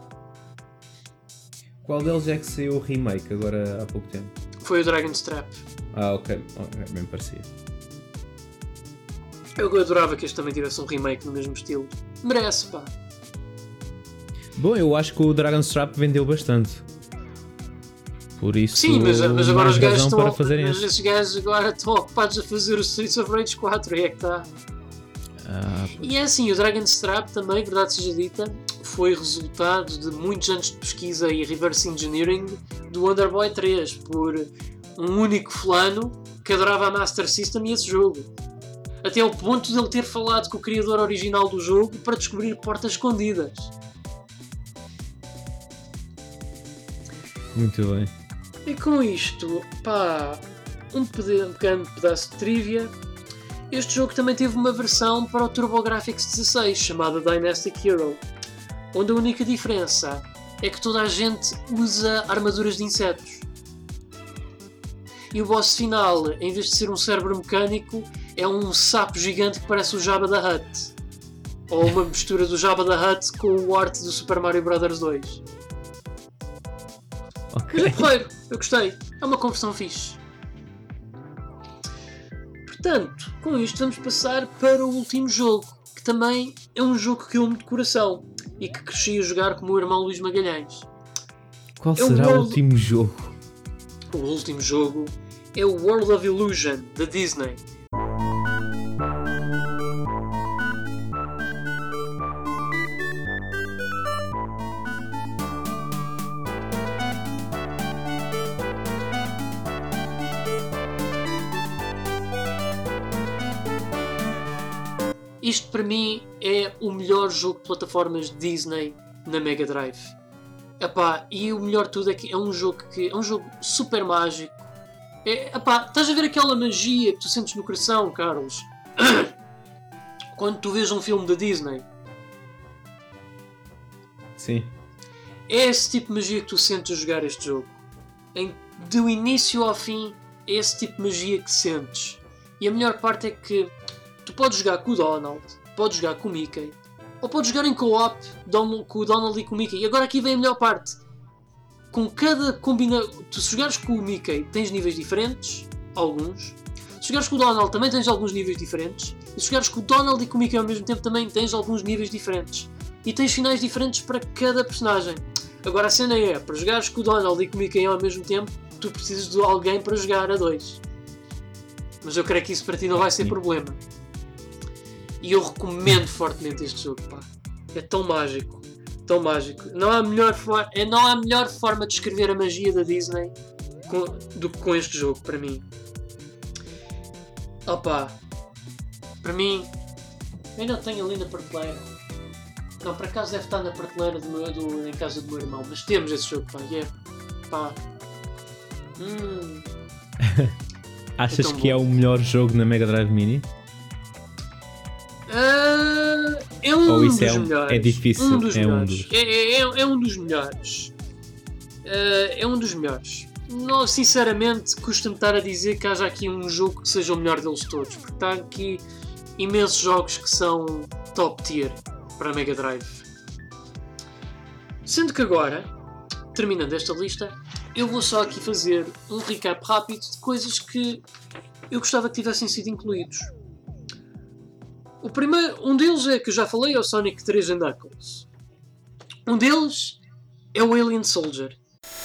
Qual deles é que saiu o remake agora há pouco tempo? Foi o Dragon's Trap. Ok, bem parecia. Eu adorava que este também tivesse um remake no mesmo estilo. Merece, pá. Bom, eu acho que o Dragon's Trap vendeu bastante. Por isso, sim, mas agora os gajos para fazerem mas esses gajos agora estão ocupados a fazer o Streets of Rage 4, e é que está. E é assim, o Dragon's Trap também, verdade seja dita, foi resultado de muitos anos de pesquisa e reverse engineering do Wonder Boy 3 por um único fulano que adorava a Master System e esse jogo. Até ao ponto de ele ter falado com o criador original do jogo para descobrir portas escondidas. Muito bem. E com isto, um pequeno pedaço de trivia. Este jogo também teve uma versão para o TurboGrafx 16 chamada Dynastic Hero, onde a única diferença é que toda a gente usa armaduras de insetos. E o boss final, em vez de ser um cérebro mecânico, é um sapo gigante que parece o Jabba the Hutt. Ou uma mistura do Jabba the Hutt com o arte do Super Mario Bros. 2. Okay. Mas é porreiro, eu gostei. É uma conversão fixe. Portanto, com isto vamos passar para o último jogo, que também é um jogo que eu amo de coração e que cresci a jogar com o meu irmão Luís Magalhães. Qual será o último jogo? O último jogo é o World of Illusion, da Disney. isto para mim é o melhor jogo de plataformas Disney na Mega Drive. Epá, e o melhor de tudo é que é um jogo super mágico. Estás a ver aquela magia que tu sentes no coração, Carlos? Quando tu vês um filme da Disney. Sim. É esse tipo de magia que tu sentes a jogar este jogo. Do início ao fim, é esse tipo de magia que sentes. E a melhor parte é que tu podes jogar com o Donald, podes jogar com o Mickey, ou podes jogar em co-op com o Donald e com o Mickey. E agora aqui vem a melhor parte. Com cada combinação... Tu se jogares com o Mickey tens níveis diferentes, alguns. Se jogares com o Donald também tens alguns níveis diferentes. E se jogares com o Donald e com o Mickey ao mesmo tempo também tens alguns níveis diferentes. E tens finais diferentes para cada personagem. Agora a cena é, para jogares com o Donald e com o Mickey ao mesmo tempo, tu precisas de alguém para jogar a dois. Mas eu creio que isso para ti não vai ser problema. E eu recomendo fortemente este jogo, pá. É tão mágico. Tão mágico. Não há melhor forma de descrever a magia da Disney do que com este jogo, para mim. Opa. Para mim, eu ainda tenho ali na prateleira. Não, por acaso deve estar na prateleira em casa do meu irmão. Mas temos esse jogo, pá. Pá. Achas que é o melhor jogo na Mega Drive Mini? É um ou isso dos melhores. É difícil? É um dos melhores. É um dos melhores. É um dos melhores. Não, sinceramente, custa-me estar a dizer que haja aqui um jogo que seja o melhor deles todos. Porque está aqui imensos jogos que são top tier para a Mega Drive. Sendo que agora, terminando esta lista, eu vou só aqui fazer um recap rápido de coisas que eu gostava que tivessem sido incluídos. Um deles é que eu já falei, é o Sonic 3 and Knuckles. Um deles é o Alien Soldier.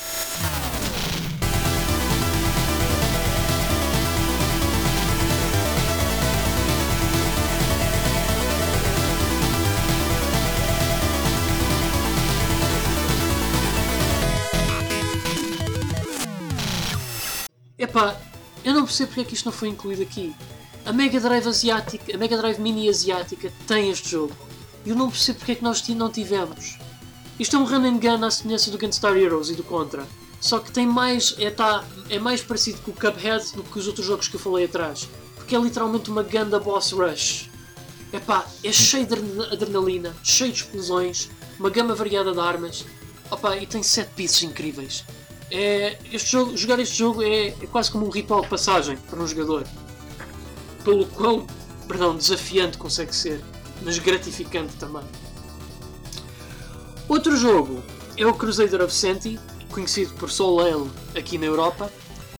Epá, eu não percebo porque é que isto não foi incluído aqui. A Mega Drive asiática, a Mega Drive Mini asiática tem este jogo. E eu não percebo porque é que nós não tivemos. Isto é um run and gun à semelhança do Gunstar Heroes e do Contra. Só que tem mais, é mais parecido com o Cuphead do que os outros jogos que eu falei atrás. Porque é literalmente uma gun da Boss Rush. Epá, é cheio de adrenalina, cheio de explosões, uma gama variada de armas. Opa, e tem set pieces incríveis. Jogar este jogo é quase como um ritual de passagem para um jogador. Pelo quão, desafiante consegue ser, mas gratificante também. Outro jogo é o Crusader of Senti, conhecido por Soleil aqui na Europa.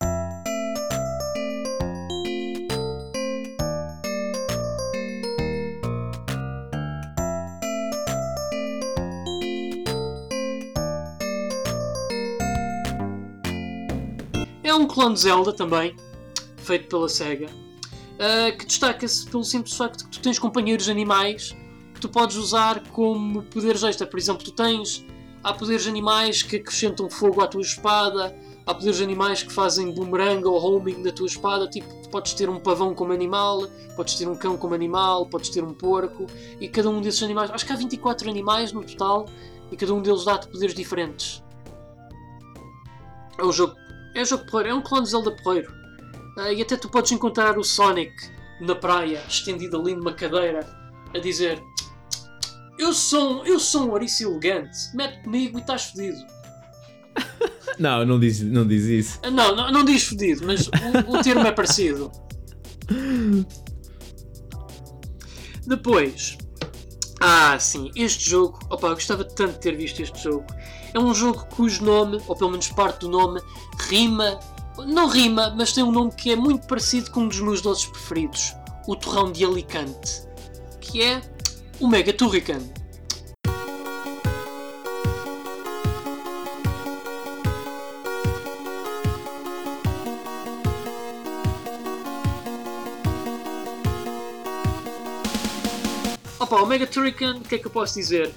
É um clone de Zelda também, feito pela Sega, que destaca-se pelo simples facto de que tu tens companheiros animais que tu podes usar como poderes extra. Por exemplo, há poderes animais que acrescentam fogo à tua espada, há poderes animais que fazem boomerang ou homing na tua espada. Tipo, tu podes ter um pavão como animal, podes ter um cão como animal, podes ter um porco, e cada um desses animais, acho que há 24 animais no total, e cada um deles dá-te poderes diferentes. É um jogo porreiro, é um clone de Zelda porreiro. E até tu podes encontrar o Sonic na praia, estendido ali numa cadeira, a dizer: Eu sou um ouriço elegante, mete comigo e estás fedido. Não diz isso. Não diz fedido, mas o termo é parecido. Depois, sim, este jogo, eu gostava tanto de ter visto este jogo. É um jogo cujo nome, ou pelo menos parte do nome, não rima, mas tem um nome que é muito parecido com um dos meus doces preferidos, o Torrão de Alicante, que é o Mega Turrican. O Mega Turrican, o que é que eu posso dizer?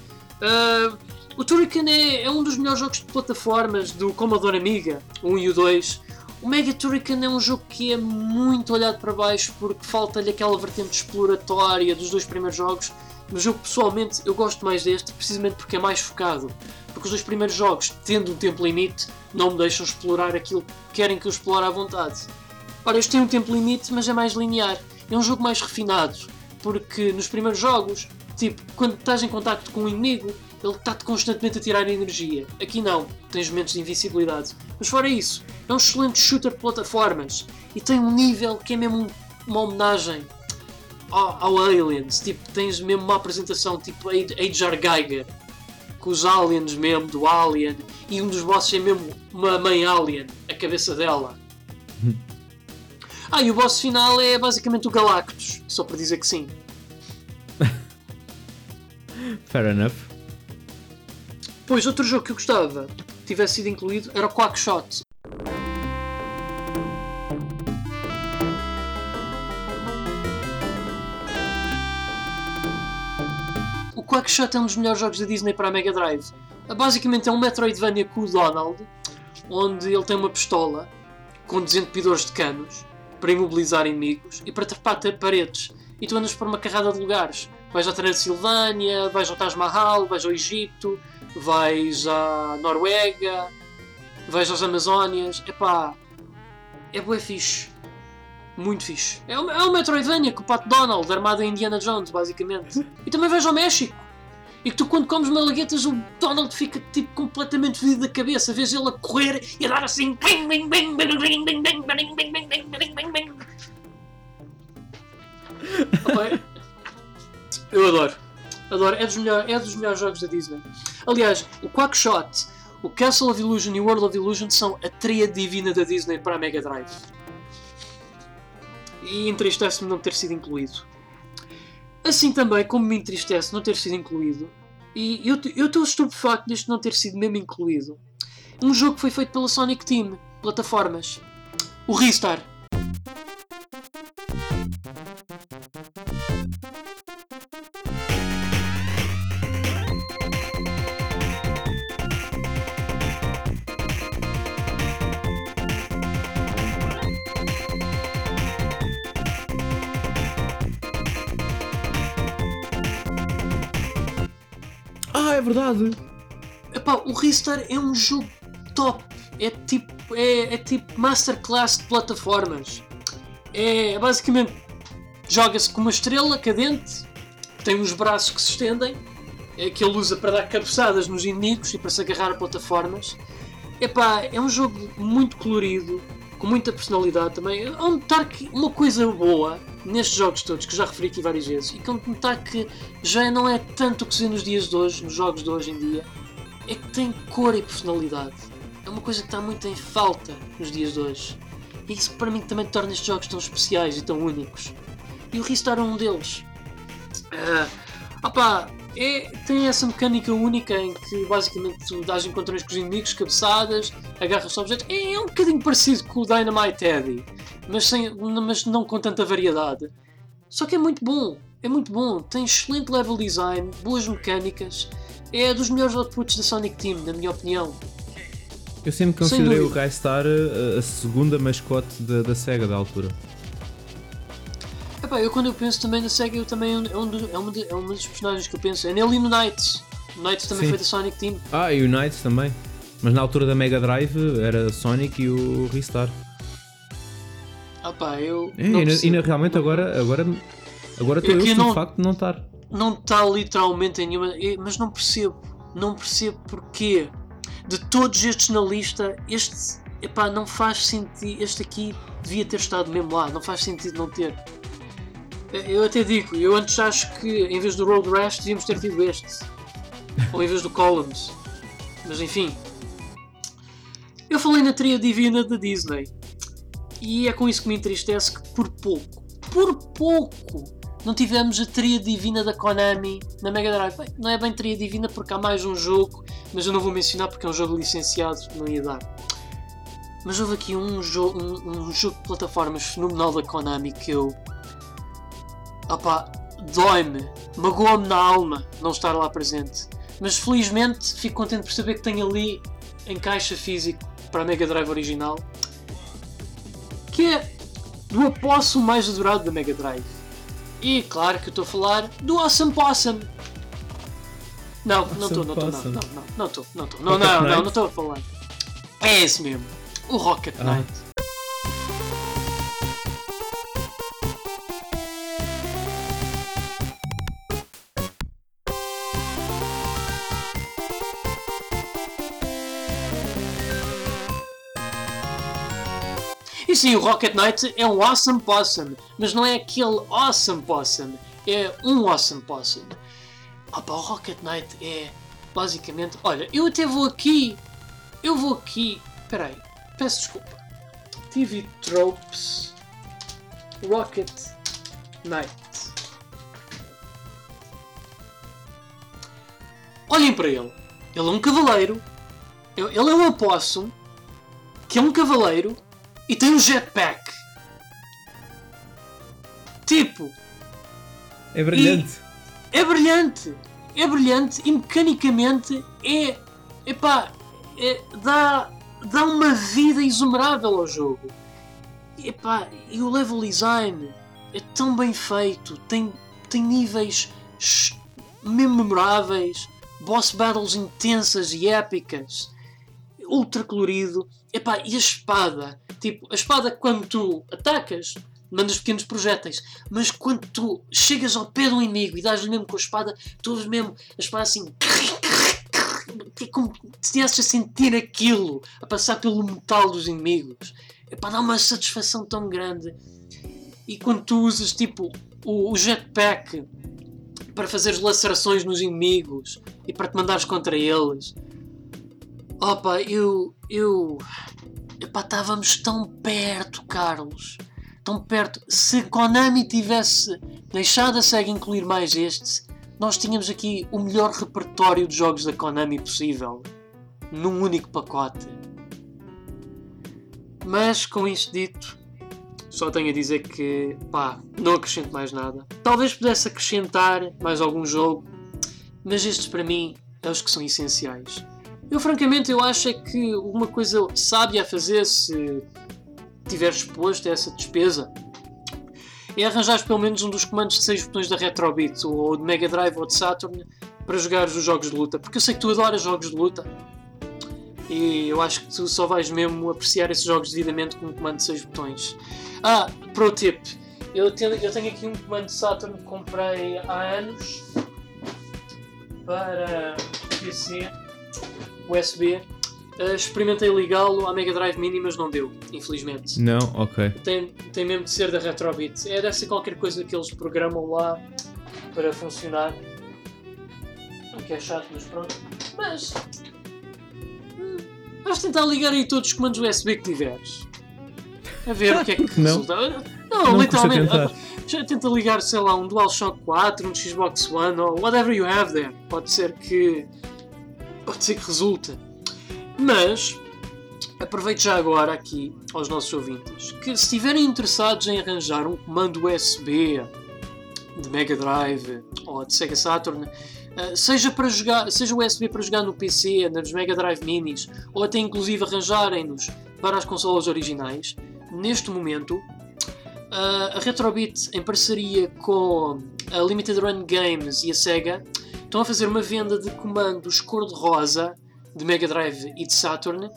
O Turrican é um dos melhores jogos de plataformas do Commodore Amiga, o 1 e o 2, O Mega Turrican é um jogo que é muito olhado para baixo porque falta-lhe aquela vertente exploratória dos 2 primeiros jogos, mas eu pessoalmente eu gosto mais deste precisamente porque é mais focado. Porque os 2 primeiros jogos, tendo um tempo limite, não me deixam explorar aquilo que querem que eu explore à vontade. Ora, este tem um tempo limite, mas é mais linear. É um jogo mais refinado, porque nos primeiros jogos, tipo, quando estás em contacto com um inimigo, ele está-te constantemente a tirar energia. Aqui não, tens momentos de invencibilidade. Mas fora isso, é um excelente shooter de plataformas e tem um nível que é mesmo uma homenagem ao Aliens. Tipo, tens mesmo uma apresentação tipo H.R. Geiger, com os aliens mesmo, do Alien, e um dos bosses é mesmo uma mãe alien, a cabeça dela. E o boss final é basicamente o Galactus, só para dizer que sim. Fair enough. Pois, outro jogo que eu gostava que tivesse sido incluído era o Quackshot. O Quackshot é um dos melhores jogos da Disney para a Mega Drive. Basicamente é um Metroidvania com o Donald, onde ele tem uma pistola com desentupidores de canos para imobilizar inimigos e para trepar paredes. E tu andas por uma carrada de lugares. Vais à Transilvânia, vais ao Taj Mahal, vais ao Egito, vais à Noruega, vais às Amazónias. Epá, é bué fixe. Muito fixe. É um Metroidvania com o Pato Donald, armado em Indiana Jones, basicamente. E também vais ao México. E que tu, quando comes malaguetas, o Donald fica tipo completamente fedido da cabeça. Vês ele a correr e a dar assim. Eu adoro. Adoro. É dos melhores jogos da Disney. Aliás, o Quackshot, o Castle of Illusion e o World of Illusion são a tríade divina da Disney para a Mega Drive. E entristece-me não ter sido incluído. Assim também, como me entristece não ter sido incluído, e eu estou estupefacto deste não ter sido mesmo incluído, um jogo que foi feito pela Sonic Team, plataformas, o Ristar. É verdade. Epá, o Ristar é um jogo top. É tipo masterclass de plataformas. É basicamente joga-se com uma estrela cadente, tem uns braços que se estendem, que ele usa para dar cabeçadas nos inimigos e para se agarrar a plataformas. Epá, é um jogo muito colorido, com muita personalidade também. Há um notar que uma coisa boa nestes jogos todos, que já referi aqui várias vezes, e que notar que já não é tanto o que se vê nos dias de hoje, nos jogos de hoje em dia, é que tem cor e personalidade. É uma coisa que está muito em falta nos dias de hoje. E isso para mim também torna estes jogos tão especiais e tão únicos. E o Ristar é um deles. Tem essa mecânica única em que basicamente tu dás encontrões com os inimigos, cabeçadas, agarras objetos. É um bocadinho parecido com o Dynamite Eddie, mas não com tanta variedade. Só que é muito bom, tem excelente level design, boas mecânicas, é dos melhores outputs da Sonic Team, na minha opinião. Eu sempre considerei o Ristar a segunda mascote da SEGA da altura. Eu quando eu penso também na SEGA, eu também é uma dos personagens que eu penso. É nele e no Knights. O Knights também foi da Sonic Team. E o Knights também. Mas na altura da Mega Drive era Sonic e o Ristar. Realmente agora estou eu de facto de não estar. Não está literalmente em nenhuma. Mas não percebo. Não percebo porquê. De todos estes na lista, este. Não faz sentido. Este aqui devia ter estado mesmo lá. Não faz sentido não ter. Eu até digo, eu antes acho que em vez do Road Rash devíamos ter tido este. Ou em vez do Columns. Mas enfim. Eu falei na tríade divina da Disney. E é com isso que me entristece que por pouco, não tivemos a tríade divina da Konami na Mega Drive. Bem, não é bem tríade divina porque há mais um jogo, mas eu não vou mencionar porque é um jogo licenciado, não ia dar. Mas houve aqui um jogo de plataformas fenomenal da Konami que eu... dói-me, magoa-me na alma não estar lá presente. Mas felizmente fico contente por saber que tenho ali em caixa físico para a Mega Drive original. que é do apóstolo mais adorado da Mega Drive. E claro que eu estou a falar do Awesome Possum. Não estou a falar. É esse mesmo, o Rocket Knight. E sim, o Rocket Knight é um Awesome Possum, mas não é aquele Awesome Possum, é um Awesome Possum. Opa, o Rocket Knight é basicamente... Olha, eu vou aqui... Peraí, peço desculpa. TV Tropes Rocket Knight. Olhem para ele. Ele é um cavaleiro. Ele é um opossum que é um cavaleiro e tem um jetpack. Tipo... É brilhante. É brilhante e mecanicamente dá uma vida exumerável ao jogo. E o level design é tão bem feito, tem níveis mesmo memoráveis, boss battles intensas e épicas, ultra colorido. E a espada, tipo, a espada quando tu atacas mandas pequenos projéteis, mas quando tu chegas ao pé do inimigo e dás-lhe mesmo com a espada, tu ouves mesmo a espada assim, é como se estivesse a sentir aquilo a passar pelo metal dos inimigos. Dá uma satisfação tão grande. E quando tu usas tipo o jetpack para fazer lacerações nos inimigos e para te mandares contra eles, estávamos tão perto, Carlos. Tão perto. Se Konami tivesse deixado a SEGA incluir mais este, nós tínhamos aqui o melhor repertório de jogos da Konami possível, num único pacote. Mas com isto dito, só tenho a dizer que não acrescento mais nada. Talvez pudesse acrescentar mais algum jogo, mas estes para mim é os que são essenciais. Francamente eu acho que uma coisa sábia a fazer, se estiveres exposto a essa despesa, é arranjar pelo menos um dos comandos de 6 botões da Retrobit, ou de Mega Drive ou de Saturn, para jogares os jogos de luta, porque eu sei que tu adoras jogos de luta e eu acho que tu só vais mesmo apreciar esses jogos devidamente com um comando de 6 botões. Pro tip, eu tenho aqui um comando de Saturn que comprei há anos para PC USB. Experimentei ligá-lo à Mega Drive Mini, mas não deu, infelizmente. Não, ok. Tem mesmo de ser da Retrobit. Deve ser qualquer coisa que eles programam lá para funcionar. O que é chato, mas pronto. Mas vais tentar ligar aí todos os comandos USB que tiveres. A ver o que é que resulta. Não, literalmente. Já tenta ligar, sei lá, um DualShock 4, um Xbox One, ou whatever you have there. Pode ser que resulte. Mas aproveito já agora aqui aos nossos ouvintes que, se estiverem interessados em arranjar um comando USB de Mega Drive ou de Sega Saturn, seja USB para jogar no PC, nas Mega Drive Minis, ou até inclusive arranjarem-nos para as consolas originais, neste momento a Retrobit, em parceria com a Limited Run Games e a Sega, estão a fazer uma venda de comandos cor-de-rosa de Mega Drive e de Saturn,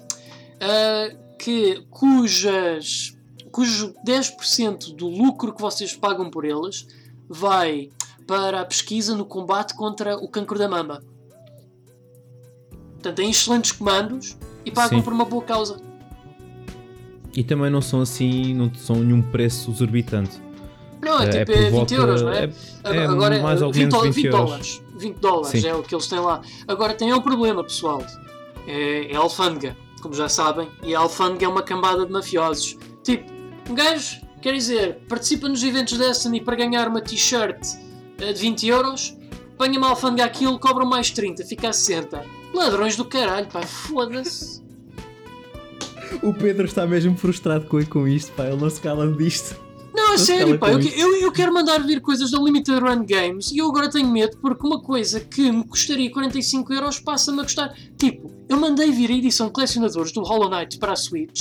cujo 10% do lucro que vocês pagam por eles vai para a pesquisa no combate contra o cancro da mama. Portanto, têm excelentes comandos e pagam por uma boa causa. E também não são assim, não são nenhum preço exorbitante. Não, é tipo 20 euros, não é? Agora é mais ou menos 20 euros. 20 dólares é o que eles têm lá. Agora tem um problema, pessoal. É a alfândega, como já sabem. E a alfândega é uma cambada de mafiosos. Tipo, um gajo, quer dizer, participa nos eventos Destiny para ganhar uma t-shirt de 20 euros, apanha uma alfândega aquilo, cobram mais 30, fica a 60. Ladrões do caralho, pá, foda-se. O Pedro está mesmo frustrado com isto, pá, ele não se cala disto. Não, é sério, pá, eu quero mandar vir coisas da Limited Run Games e eu agora tenho medo porque uma coisa que me custaria 45 euros passa-me a custar. Tipo, eu mandei vir a edição de colecionadores do Hollow Knight para a Switch,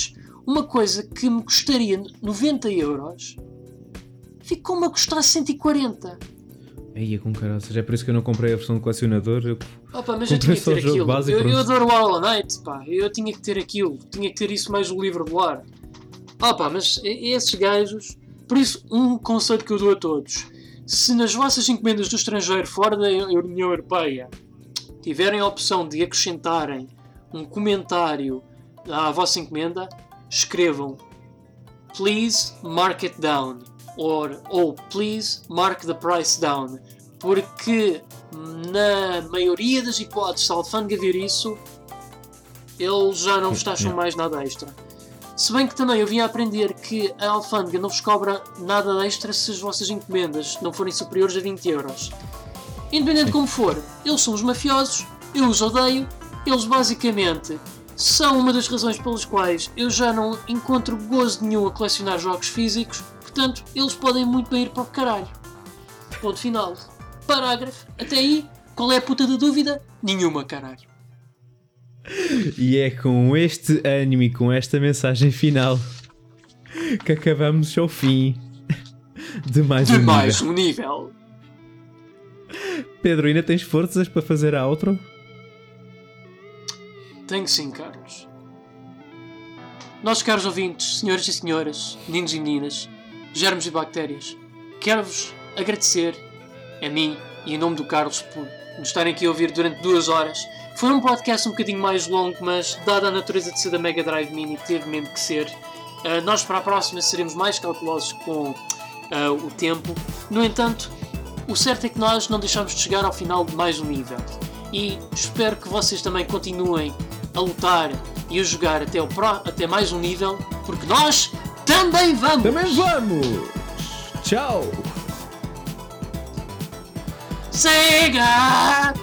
uma coisa que me custaria 90€, ficou-me a custar 140. Aí com cara, ou seja, é por isso que eu não comprei a versão de colecionador. Mas eu tinha que ter aquilo. Básico, eu adoro o Hollow Knight, pá. Eu tinha que ter aquilo. Tinha que ter isso mais o livro do ar. Mas esses gajos... Por isso, um conselho que eu dou a todos. Se nas vossas encomendas do estrangeiro fora da União Europeia tiverem a opção de acrescentarem um comentário à vossa encomenda, escrevam Please mark it down ou Please mark the price down, porque na maioria das hipóteses, se a alfândega vir isso, eles já não vos taxam mais nada extra. Se bem que também eu vim a aprender que a alfândega não vos cobra nada extra se as vossas encomendas não forem superiores a 20€. Independente de como for, eles são os mafiosos, eu os odeio, eles basicamente são uma das razões pelas quais eu já não encontro gozo nenhum a colecionar jogos físicos, portanto, eles podem muito bem ir para o caralho. Ponto final. Parágrafo. Até aí, qual é a puta da dúvida? Nenhuma, caralho. E é com este ânimo e com esta mensagem final que acabamos ao fim de mais um nível. Pedro, ainda tens forças para fazer a outro? Tenho sim, Carlos. Nossos caros ouvintes, senhores e senhoras, meninos e meninas, germes e bactérias, quero-vos agradecer a mim e em nome do Carlos por nos estarem aqui a ouvir durante 2 horas. Foi um podcast um bocadinho mais longo, mas dada a natureza de ser da Mega Drive Mini, teve mesmo que ser. Nós para a próxima seremos mais cautelosos com o tempo. No entanto, o certo é que nós não deixamos de chegar ao final de mais um nível. E espero que vocês também continuem a lutar e a jogar até mais um nível, porque nós também vamos! Também vamos! Tchau! Sega!